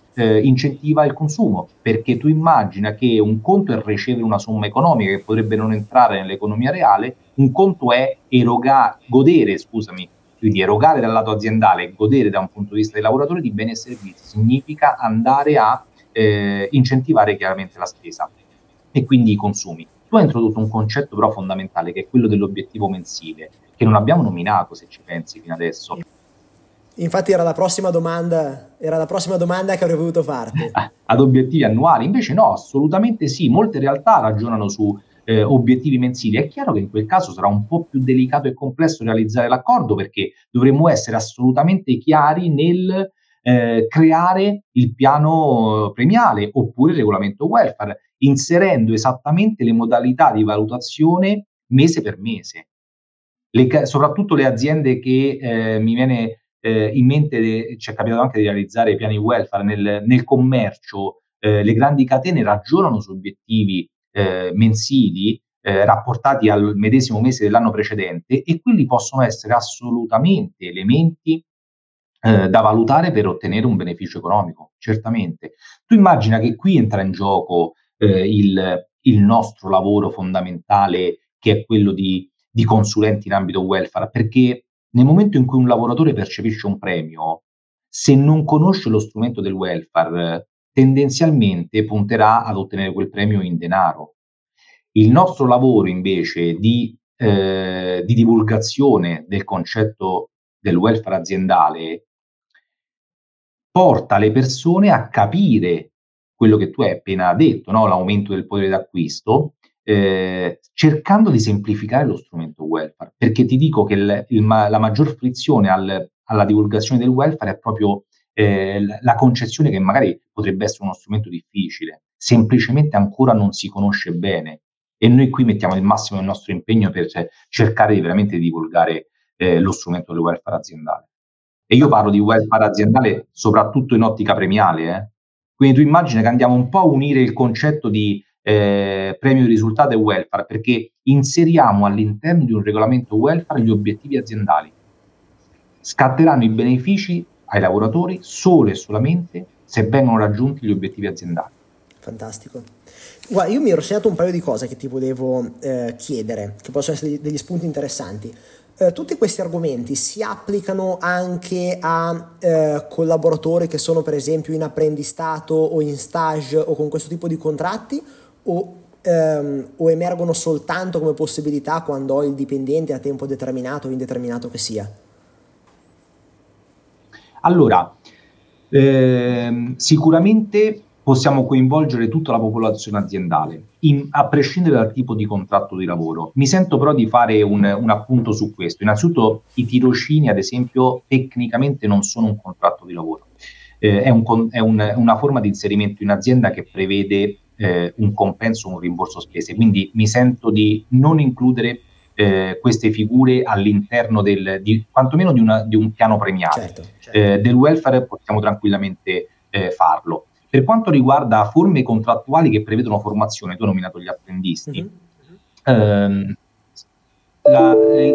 eh, incentiva il consumo, perché tu immagina che un conto è ricevere una somma economica che potrebbe non entrare nell'economia reale, un conto è erogare, godere, scusami, quindi erogare dal lato aziendale e godere da un punto di vista dei lavoratori di beni e servizi, significa andare a eh, incentivare chiaramente la spesa e quindi i consumi. Tu hai introdotto un concetto però fondamentale, che è quello dell'obiettivo mensile, che non abbiamo nominato, se ci pensi, fino adesso. Infatti era la prossima domanda, era la prossima domanda che avrei voluto farti. Ad obiettivi annuali, invece no, assolutamente sì, molte realtà ragionano su eh, obiettivi mensili. È chiaro che in quel caso sarà un po' più delicato e complesso realizzare l'accordo, perché dovremmo essere assolutamente chiari nel eh, creare il piano premiale oppure il regolamento welfare, inserendo esattamente le modalità di valutazione mese per mese. Le, soprattutto le aziende che eh, mi viene eh, in mente, de, ci è capitato anche di realizzare piani welfare nel, nel commercio, eh, le grandi catene ragionano su obiettivi eh, mensili eh, rapportati al medesimo mese dell'anno precedente, e quelli possono essere assolutamente elementi eh, da valutare per ottenere un beneficio economico, certamente. Tu immagina che qui entra in gioco eh, il, il nostro lavoro fondamentale, che è quello di di consulenti in ambito welfare, perché nel momento in cui un lavoratore percepisce un premio, se non conosce lo strumento del welfare, tendenzialmente punterà ad ottenere quel premio in denaro. Il nostro lavoro invece di, eh, di divulgazione del concetto del welfare aziendale porta le persone a capire quello che tu hai appena detto, no? L'aumento del potere d'acquisto, eh, cercando di semplificare lo strumento welfare, perché ti dico che il, il, la maggior frizione al, alla divulgazione del welfare è proprio eh, la concezione che magari potrebbe essere uno strumento difficile, semplicemente ancora non si conosce bene, e noi qui mettiamo il massimo del nostro impegno per cioè, cercare di veramente divulgare eh, lo strumento del welfare aziendale. E io parlo di welfare aziendale soprattutto in ottica premiale, eh? Quindi tu immagini che andiamo un po' a unire il concetto di eh, premio di risultato e welfare, perché inseriamo all'interno di un regolamento welfare gli obiettivi aziendali. Scatteranno i benefici ai lavoratori solo e solamente se vengono raggiunti gli obiettivi aziendali. Fantastico. Guarda, io mi ero segnato un paio di cose che ti volevo eh, chiedere, che possono essere degli spunti interessanti. Eh, tutti questi argomenti si applicano anche a eh, collaboratori che sono per esempio in apprendistato o in stage o con questo tipo di contratti, o, ehm, o emergono soltanto come possibilità quando ho il dipendente a tempo determinato o indeterminato che sia? Allora, ehm, sicuramente possiamo coinvolgere tutta la popolazione aziendale, in, a prescindere dal tipo di contratto di lavoro. Mi sento però di fare un, un appunto su questo. Innanzitutto i tirocini, ad esempio, tecnicamente non sono un contratto di lavoro. Eh, è un, è un, una forma di inserimento in azienda che prevede eh, un compenso, un rimborso spese, quindi mi sento di non includere eh, queste figure all'interno del, di, quantomeno di, una, di un piano premiale. Certo, certo. Eh, del welfare possiamo tranquillamente eh, farlo. Per quanto riguarda forme contrattuali che prevedono formazione, tu hai nominato gli apprendisti, mm-hmm. ehm, la,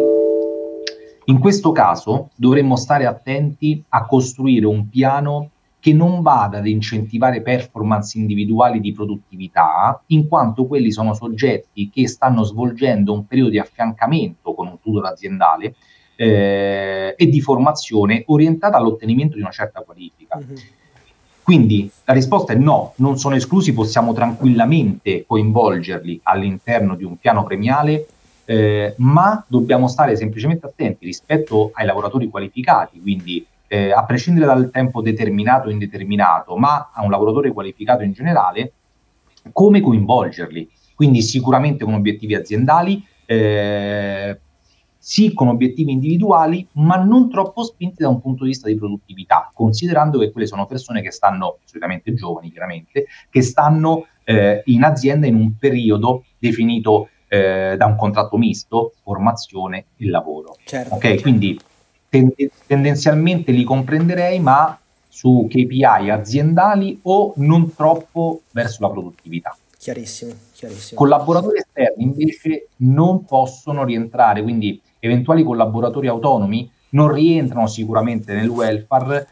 in questo caso dovremmo stare attenti a costruire un piano che non vada ad incentivare performance individuali di produttività, in quanto quelli sono soggetti che stanno svolgendo un periodo di affiancamento con un tutor aziendale eh, e di formazione orientata all'ottenimento di una certa qualifica. Mm-hmm. Quindi la risposta è no, non sono esclusi, possiamo tranquillamente coinvolgerli all'interno di un piano premiale, eh, ma dobbiamo stare semplicemente attenti rispetto ai lavoratori qualificati, quindi eh, a prescindere dal tempo determinato o indeterminato, ma a un lavoratore qualificato in generale, come coinvolgerli. Quindi sicuramente con obiettivi aziendali, eh, sì con obiettivi individuali, ma non troppo spinti da un punto di vista di produttività, considerando che quelle sono persone che stanno, solitamente giovani chiaramente, che stanno eh, in azienda in un periodo definito eh, da un contratto misto, formazione e lavoro. Certo, ok, certo. Quindi ten- tendenzialmente li comprenderei, ma su K P I aziendali o non troppo verso la produttività. Chiarissimo, chiarissimo. Collaboratori esterni invece non possono rientrare, quindi eventuali collaboratori autonomi non rientrano sicuramente nel welfare,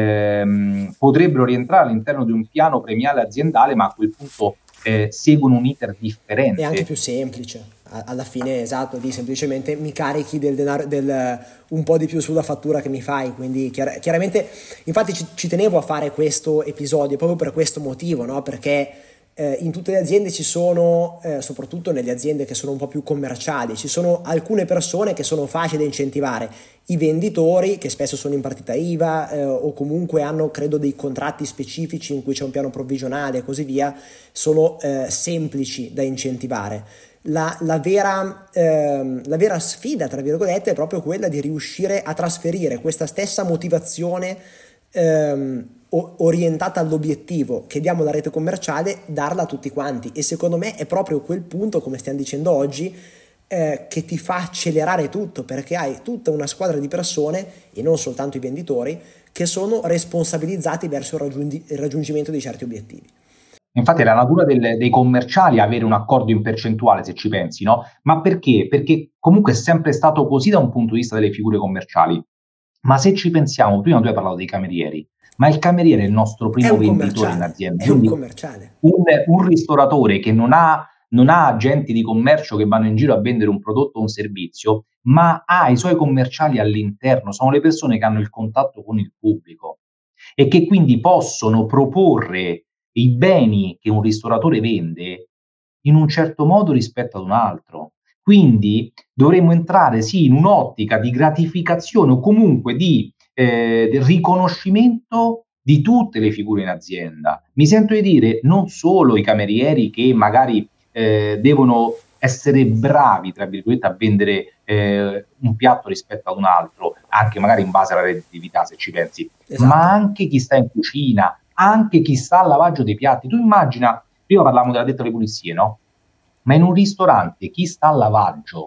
ehm, potrebbero rientrare all'interno di un piano premiale aziendale, ma a quel punto eh, seguono un iter differente. È anche più semplice, alla fine, esatto, di semplicemente mi carichi del denaro, del, un po' di più sulla fattura che mi fai, quindi chiar- chiaramente, infatti ci, ci tenevo a fare questo episodio proprio per questo motivo, no? Perché eh, in tutte le aziende ci sono, eh, soprattutto nelle aziende che sono un po' più commerciali, ci sono alcune persone che sono facili da incentivare, i venditori che spesso sono in partita I V A eh, o comunque hanno credo dei contratti specifici in cui c'è un piano provvigionale e così via, sono eh, semplici da incentivare. La, la, vera, ehm, la vera sfida, tra virgolette, è proprio quella di riuscire a trasferire questa stessa motivazione ehm, o, orientata all'obiettivo che diamo alla rete commerciale, darla a tutti quanti, e secondo me è proprio quel punto, come stiamo dicendo oggi, eh, che ti fa accelerare tutto, perché hai tutta una squadra di persone, e non soltanto i venditori, che sono responsabilizzati verso il, raggiungi- il raggiungimento di certi obiettivi. Infatti è la natura del, dei commerciali avere un accordo in percentuale, se ci pensi, no? Ma perché? Perché comunque è sempre stato così da un punto di vista delle figure commerciali. Ma se ci pensiamo, prima tu hai parlato dei camerieri, ma il cameriere è il nostro primo venditore in azienda. È un commerciale. Un, un ristoratore che non ha, non ha agenti di commercio che vanno in giro a vendere un prodotto o un servizio, ma ha i suoi commerciali all'interno, sono le persone che hanno il contatto con il pubblico e che quindi possono proporre i beni che un ristoratore vende in un certo modo rispetto ad un altro. Quindi dovremmo entrare sì in un'ottica di gratificazione o comunque di eh, riconoscimento di tutte le figure in azienda. Mi sento di dire non solo i camerieri che magari eh, devono essere bravi, tra virgolette, a vendere eh, un piatto rispetto ad un altro, anche magari in base alla redditività, se ci pensi, esatto. Ma anche chi sta in cucina, anche chi sta al lavaggio dei piatti. Tu immagina, prima parlavamo della detta alle pulizie, no? Ma in un ristorante chi sta al lavaggio,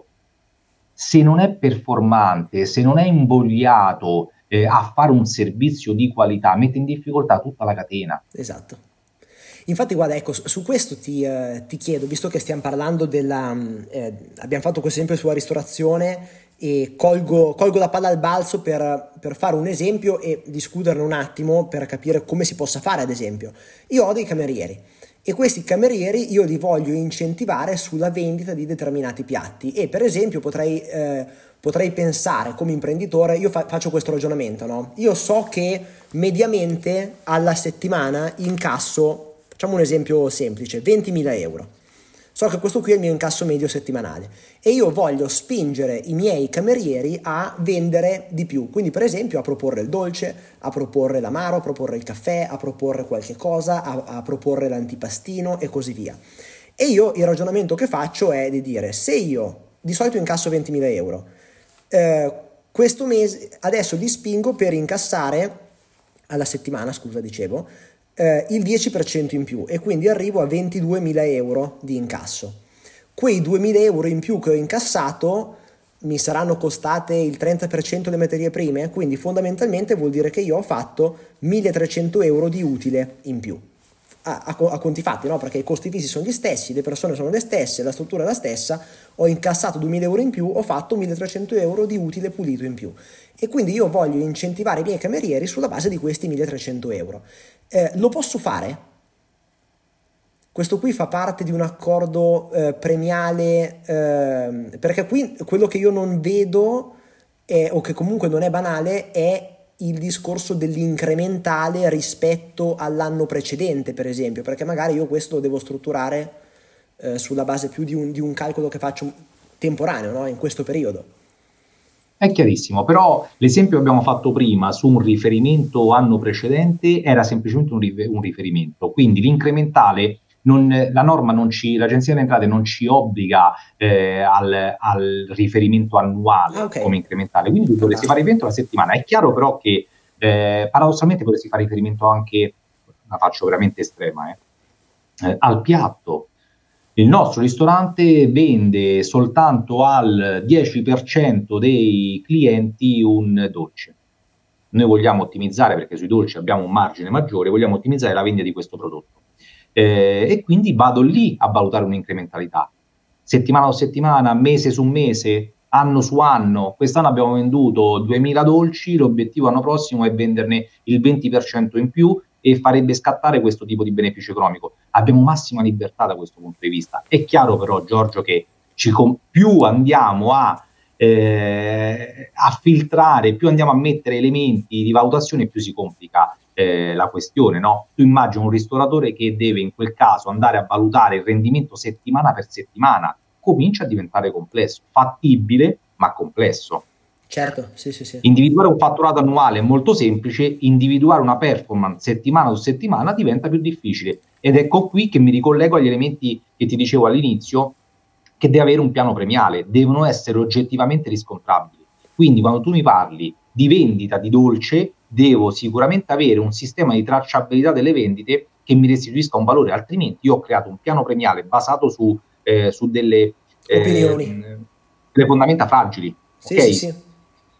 se non è performante, se non è invogliato eh, a fare un servizio di qualità, mette in difficoltà tutta la catena. Esatto. Infatti guarda, ecco, su questo ti, eh, ti chiedo, visto che stiamo parlando della, eh, abbiamo fatto questo esempio sulla ristorazione, e colgo, colgo la palla al balzo per, per fare un esempio e discuterne un attimo per capire come si possa fare. Ad esempio, io ho dei camerieri e questi camerieri io li voglio incentivare sulla vendita di determinati piatti, e per esempio potrei, eh, potrei pensare come imprenditore, io fa- faccio questo ragionamento, no? Io so che mediamente alla settimana incasso, facciamo un esempio semplice, ventimila euro. So che questo qui è il mio incasso medio settimanale e io voglio spingere i miei camerieri a vendere di più. Quindi per esempio a proporre il dolce, a proporre l'amaro, a proporre il caffè, a proporre qualche cosa, a, a proporre l'antipastino e così via. E io il ragionamento che faccio è di dire, se io di solito incasso ventimila euro, eh, questo mese adesso li spingo per incassare alla settimana, scusa dicevo, Eh, il dieci per cento in più, e quindi arrivo a ventiduemila euro di incasso. Quei duemila euro in più che ho incassato mi saranno costate il trenta per cento le materie prime, quindi fondamentalmente vuol dire che io ho fatto milletrecento euro di utile in più. A, a, a conti fatti, no? Perché i costi fissi sono gli stessi, le persone sono le stesse, la struttura è la stessa, ho incassato duemila euro in più, ho fatto milletrecento euro di utile pulito in più. E quindi io voglio incentivare i miei camerieri sulla base di questi milletrecento euro. Eh, lo posso fare? Questo qui fa parte di un accordo eh, premiale, eh, perché qui quello che io non vedo è, o che comunque non è banale, è il discorso dell'incrementale rispetto all'anno precedente, per esempio, perché magari io questo lo devo strutturare eh, sulla base più di un, di un calcolo che faccio temporaneo, no? In questo periodo. È chiarissimo, però l'esempio che abbiamo fatto prima su un riferimento anno precedente era semplicemente un, rifer- un riferimento, quindi l'incrementale, non, la norma non ci, l'Agenzia delle Entrate non ci obbliga eh, al, al riferimento annuale okay. come incrementale, quindi tu dovresti fare riferimento alla settimana. È chiaro però che eh, paradossalmente potresti fare riferimento anche, la faccio veramente estrema, eh, eh, al piatto. Il nostro ristorante vende soltanto al dieci per cento dei clienti un dolce. Noi vogliamo ottimizzare, perché sui dolci abbiamo un margine maggiore, vogliamo ottimizzare la vendita di questo prodotto. Eh, e quindi vado lì a valutare un'incrementalità. Settimana su settimana, mese su mese, anno su anno. Quest'anno abbiamo venduto duemila dolci, l'obiettivo l'anno prossimo è venderne il venti per cento in più e farebbe scattare questo tipo di beneficio economico. Abbiamo massima libertà da questo punto di vista. È chiaro però, Giorgio, che ci com- più andiamo a, eh, a filtrare, più andiamo a mettere elementi di valutazione, più si complica eh, la questione, no? Tu immagini un ristoratore che deve in quel caso andare a valutare il rendimento settimana per settimana, comincia a diventare complesso, fattibile ma complesso. Certo, sì, sì, sì. Individuare un fatturato annuale è molto semplice, individuare una performance settimana su settimana diventa più difficile, ed ecco qui che mi ricollego agli elementi che ti dicevo all'inizio, che deve avere un piano premiale, devono essere oggettivamente riscontrabili. Quindi quando tu mi parli di vendita di dolce, devo sicuramente avere un sistema di tracciabilità delle vendite che mi restituisca un valore, altrimenti io ho creato un piano premiale basato su, eh, su delle, Opinioni. eh, delle fondamenta fragili. Sì, okay? sì, sì.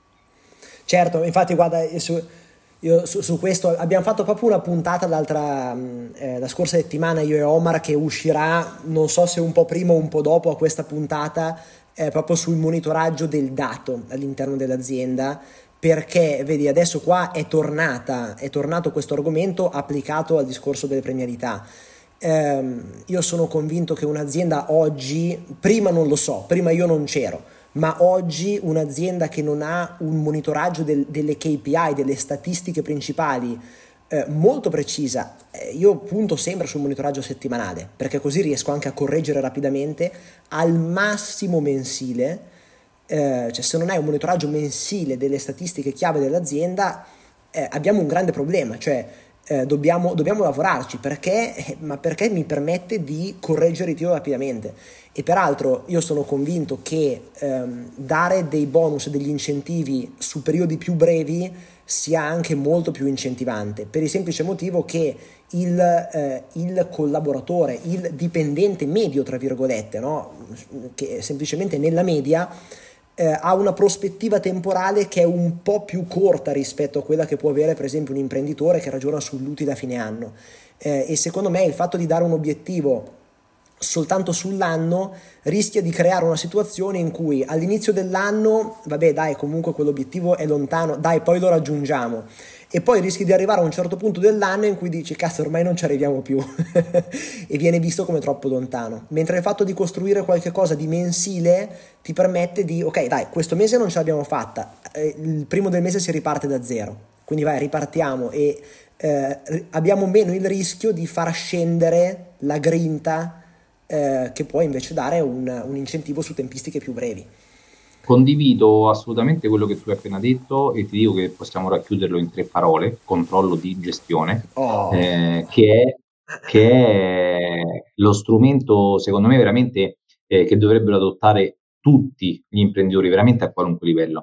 Certo, infatti guarda, su, io, su, su questo abbiamo fatto proprio una puntata l'altra, eh, la scorsa settimana io e Omar, che uscirà, non so se un po' prima o un po' dopo a questa puntata, eh, proprio sul monitoraggio del dato all'interno dell'azienda, perché vedi adesso qua è tornata, è tornato questo argomento applicato al discorso delle premialità. Eh, io sono convinto che un'azienda oggi, prima non lo so, prima io non c'ero, ma oggi un'azienda che non ha un monitoraggio del, delle K P I, delle statistiche principali eh, molto precisa, eh, io punto sempre sul monitoraggio settimanale, perché così riesco anche a correggere rapidamente, al massimo mensile, eh, cioè se non hai un monitoraggio mensile delle statistiche chiave dell'azienda, eh, abbiamo un grande problema, cioè eh, dobbiamo, dobbiamo lavorarci, perché, eh, ma perché mi permette di correggere i tiri rapidamente. E peraltro io sono convinto che ehm, dare dei bonus, degli incentivi su periodi più brevi sia anche molto più incentivante, per il semplice motivo che il, eh, il collaboratore, il dipendente medio, tra virgolette, no? Che semplicemente nella media eh, ha una prospettiva temporale che è un po' più corta rispetto a quella che può avere per esempio un imprenditore che ragiona sull'utile a fine anno. Eh, e secondo me il fatto di dare un obiettivo soltanto sull'anno rischia di creare una situazione in cui all'inizio dell'anno, vabbè dai, comunque quell'obiettivo è lontano, dai, poi lo raggiungiamo, e poi rischi di arrivare a un certo punto dell'anno in cui dici cazzo, ormai non ci arriviamo più e viene visto come troppo lontano, mentre il fatto di costruire qualche cosa di mensile ti permette di, ok dai, questo mese non ce l'abbiamo fatta, il primo del mese si riparte da zero, quindi vai, ripartiamo e eh, abbiamo meno il rischio di far scendere la grinta Eh, che può invece dare un, un incentivo su tempistiche più brevi. Condivido assolutamente quello che tu hai appena detto e ti dico che possiamo racchiuderlo in tre parole: controllo di gestione, Oh. eh, che, è, che è lo strumento, secondo me, veramente eh, che dovrebbero adottare tutti gli imprenditori, veramente a qualunque livello.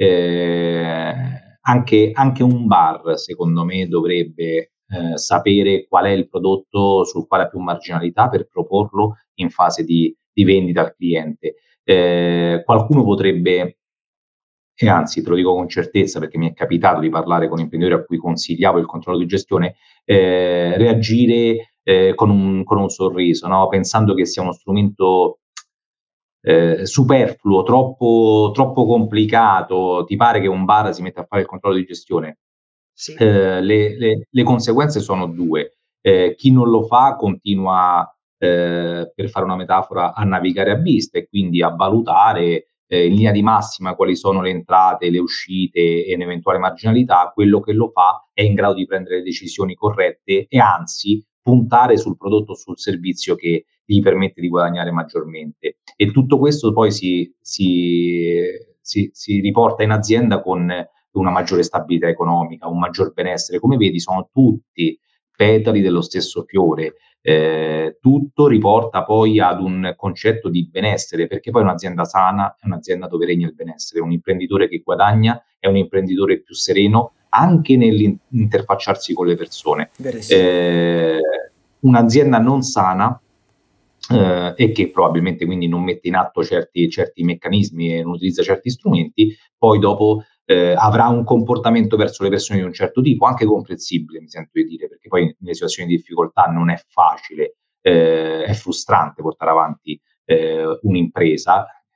Eh, anche, anche un bar, secondo me, dovrebbe eh, sapere qual è il prodotto sul quale ha più marginalità per proporlo in fase di, di vendita al cliente. Eh, qualcuno potrebbe, e anzi te lo dico con certezza perché mi è capitato di parlare con imprenditori a cui consigliavo il controllo di gestione, eh, reagire eh, con, un, con un sorriso, no? Pensando che sia uno strumento eh, superfluo, troppo, troppo complicato. Ti pare che un bar si metta a fare il controllo di gestione? Sì. Eh, le, le, le conseguenze sono due. Eh, chi non lo fa continua, eh, per fare una metafora, a navigare a vista e quindi a valutare eh, in linea di massima quali sono le entrate, le uscite e un'eventuale marginalità. Quello che lo fa è in grado di prendere le decisioni corrette e anzi puntare sul prodotto o sul servizio che gli permette di guadagnare maggiormente. E tutto questo poi si, si, si, si riporta in azienda con una maggiore stabilità economica, un maggior benessere. Come vedi, sono tutti petali dello stesso fiore. Eh, tutto riporta poi ad un concetto di benessere, perché poi un'azienda sana è un'azienda dove regna il benessere. Un imprenditore che guadagna è un imprenditore più sereno anche nell'interfacciarsi con le persone. Eh, un'azienda non sana eh, e che probabilmente quindi non mette in atto certi, certi meccanismi e non utilizza certi strumenti, poi dopo eh, avrà un comportamento verso le persone di un certo tipo, anche comprensibile, mi sento di dire, perché poi nelle situazioni di difficoltà non è facile, eh, è frustrante portare avanti eh, un'impresa,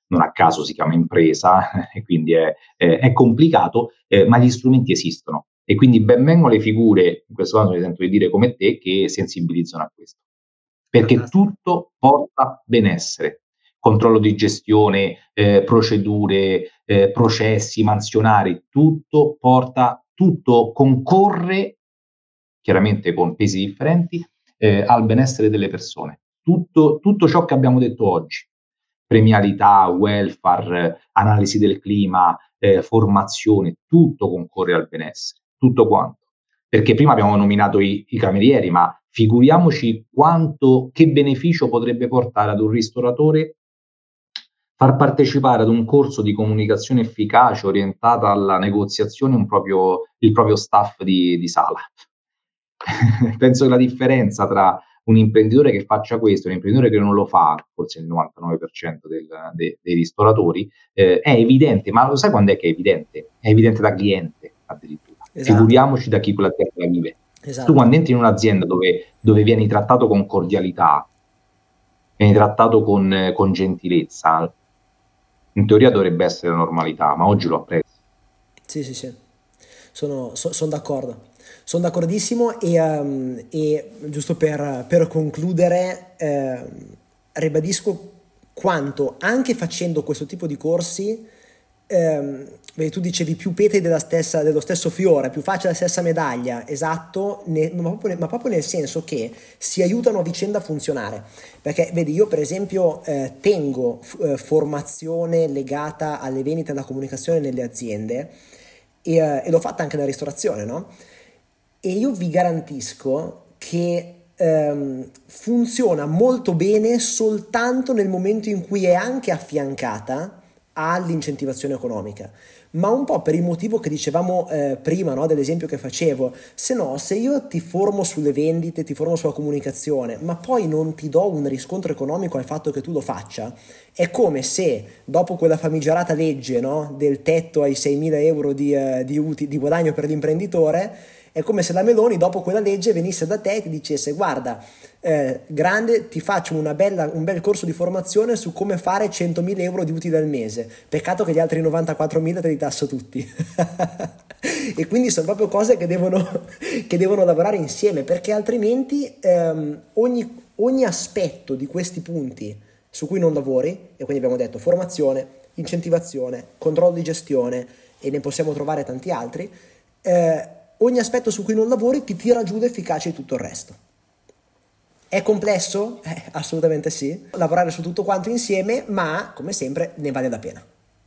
non a caso si chiama impresa, e quindi è, è, è complicato, eh, ma gli strumenti esistono. E quindi ben vengono le figure, in questo caso mi sento di dire come te, che sensibilizzano a questo. Perché tutto porta benessere. Controllo di gestione, eh, procedure, eh, processi, mansionari, tutto porta, tutto concorre, chiaramente con pesi differenti, eh, al benessere delle persone. Tutto, tutto ciò che abbiamo detto oggi, premialità, welfare, analisi del clima, eh, formazione, tutto concorre al benessere, tutto quanto. Perché prima abbiamo nominato i, i camerieri, ma figuriamoci quanto, che beneficio potrebbe portare ad un ristoratore far partecipare ad un corso di comunicazione efficace orientata alla negoziazione un proprio, il proprio staff di, di sala. Penso che la differenza tra un imprenditore che faccia questo e un imprenditore che non lo fa, forse il novantanove per cento del, de, dei ristoratori, eh, è evidente, ma lo sai quando è che è evidente? È evidente da cliente addirittura. Esatto. Figuriamoci da chi quell'azienda la vive. Esatto. Tu quando entri in un'azienda dove, dove vieni trattato con cordialità, vieni trattato con, con gentilezza, in teoria dovrebbe essere la normalità, ma oggi lo apprezzo. Sì, sì, sì, sono, so, sono d'accordo. Sono d'accordissimo e, um, e giusto per, per concludere, eh, ribadisco quanto anche facendo questo tipo di corsi, ehm, beh, tu dicevi più pete della stessa, dello stesso fiore, più faccia la stessa medaglia, esatto, ne, ma, proprio, ma proprio nel senso che si aiutano a vicenda a funzionare. Perché vedi, io per esempio eh, tengo f- formazione legata alle vendite e alla comunicazione nelle aziende e, eh, e l'ho fatta anche nella ristorazione, no? E io vi garantisco che ehm, funziona molto bene soltanto nel momento in cui è anche affiancata all'incentivazione economica, ma un po' per il motivo che dicevamo eh, prima, no, dell'esempio che facevo. Se no, se io ti formo sulle vendite, ti formo sulla comunicazione, ma poi non ti do un riscontro economico al fatto che tu lo faccia, è come se dopo quella famigerata legge, no, del tetto ai seimila euro di, eh, di, uti, di guadagno per l'imprenditore, è come se la Meloni dopo quella legge venisse da te e ti dicesse: guarda, eh, grande, ti faccio una bella, un bel corso di formazione su come fare centomila euro di utili al mese, peccato che gli altri novantaquattromila te li tasso tutti. E quindi sono proprio cose che devono, che devono lavorare insieme, perché altrimenti ehm, ogni, ogni aspetto di questi punti su cui non lavori, e quindi abbiamo detto formazione, incentivazione, controllo di gestione, e ne possiamo trovare tanti altri, eh, ogni aspetto su cui non lavori ti tira giù l'efficacia di tutto il resto. È complesso? Eh, assolutamente sì. Lavorare su tutto quanto insieme, ma come sempre ne vale la pena.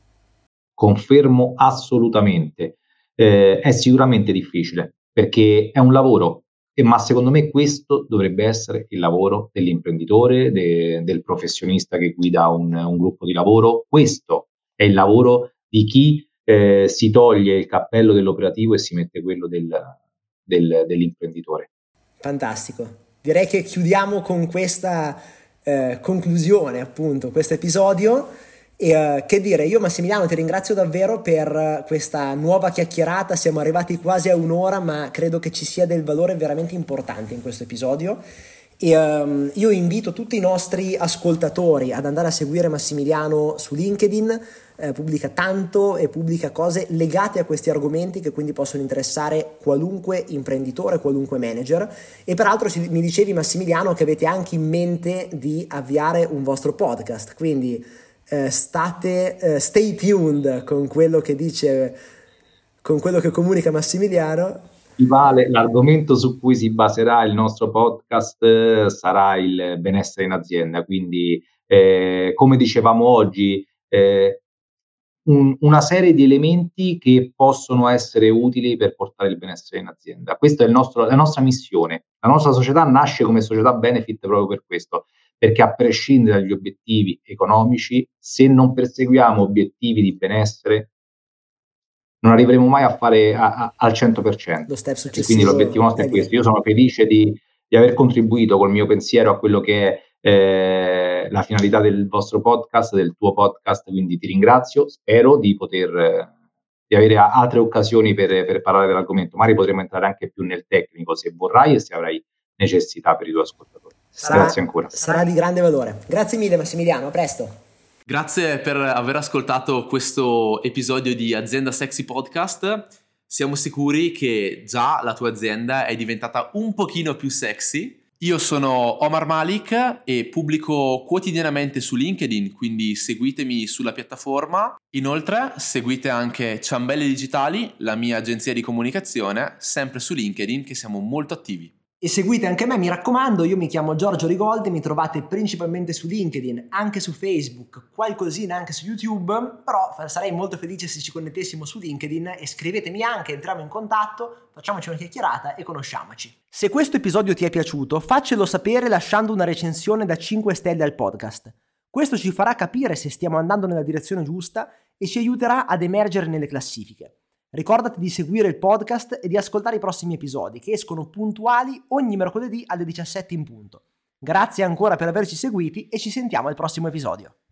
Confermo assolutamente. Eh, è sicuramente difficile perché è un lavoro, eh, ma secondo me questo dovrebbe essere il lavoro dell'imprenditore, de, del professionista che guida un, un gruppo di lavoro. Questo è il lavoro di chi Eh, si toglie il cappello dell'operativo e si mette quello del, del, dell'imprenditore. Fantastico. Direi che chiudiamo con questa eh, conclusione, appunto, questo episodio. E uh, che dire, io Massimiliano ti ringrazio davvero per questa nuova chiacchierata. Siamo arrivati quasi a un'ora, ma credo che ci sia del valore veramente importante in questo episodio. E um, io invito tutti i nostri ascoltatori ad andare a seguire Massimiliano su LinkedIn. Eh, pubblica tanto e pubblica cose legate a questi argomenti che quindi possono interessare qualunque imprenditore, qualunque manager. E peraltro ci, mi dicevi, Massimiliano, che avete anche in mente di avviare un vostro podcast, quindi eh, state eh, stay tuned con quello che dice, con quello che comunica Massimiliano. Vale, l'argomento su cui si baserà il nostro podcast eh, sarà il benessere in azienda, quindi eh, come dicevamo oggi, eh, un, una serie di elementi che possono essere utili per portare il benessere in azienda. Questa è il nostro, la nostra missione. La nostra società nasce come società benefit proprio per questo, perché a prescindere dagli obiettivi economici, se non perseguiamo obiettivi di benessere, non arriveremo mai a fare a, a, al cento per cento. Lo step successivo. E quindi l'obiettivo nostro è questo. Io sono felice di, di aver contribuito col mio pensiero a quello che è eh, la finalità del vostro podcast, del tuo podcast, quindi ti ringrazio. Spero di poter eh, di avere altre occasioni per, per parlare dell'argomento. Magari potremo entrare anche più nel tecnico se vorrai e se avrai necessità per i tuoi ascoltatori. Sarà, Grazie ancora. Sarà di grande valore. Grazie mille Massimiliano, a presto. Grazie per aver ascoltato questo episodio di Azienda Sexy Podcast. Siamo sicuri che già la tua azienda è diventata un pochino più sexy. Io sono Omar Malik e pubblico quotidianamente su LinkedIn, quindi seguitemi sulla piattaforma. Inoltre seguite anche Ciambelle Digitali, la mia agenzia di comunicazione, sempre su LinkedIn, che siamo molto attivi. E seguite anche me, mi raccomando, io mi chiamo Giorgio Rigoldi, mi trovate principalmente su LinkedIn, anche su Facebook, qualcosina anche su YouTube, però sarei molto felice se ci connettessimo su LinkedIn e scrivetemi anche, entriamo in contatto, facciamoci una chiacchierata e conosciamoci. Se questo episodio ti è piaciuto, faccelo sapere lasciando una recensione da cinque stelle al podcast. Questo ci farà capire se stiamo andando nella direzione giusta e ci aiuterà ad emergere nelle classifiche. Ricordati di seguire il podcast e di ascoltare i prossimi episodi che escono puntuali ogni mercoledì alle diciassette in punto. Grazie ancora per averci seguiti e ci sentiamo al prossimo episodio.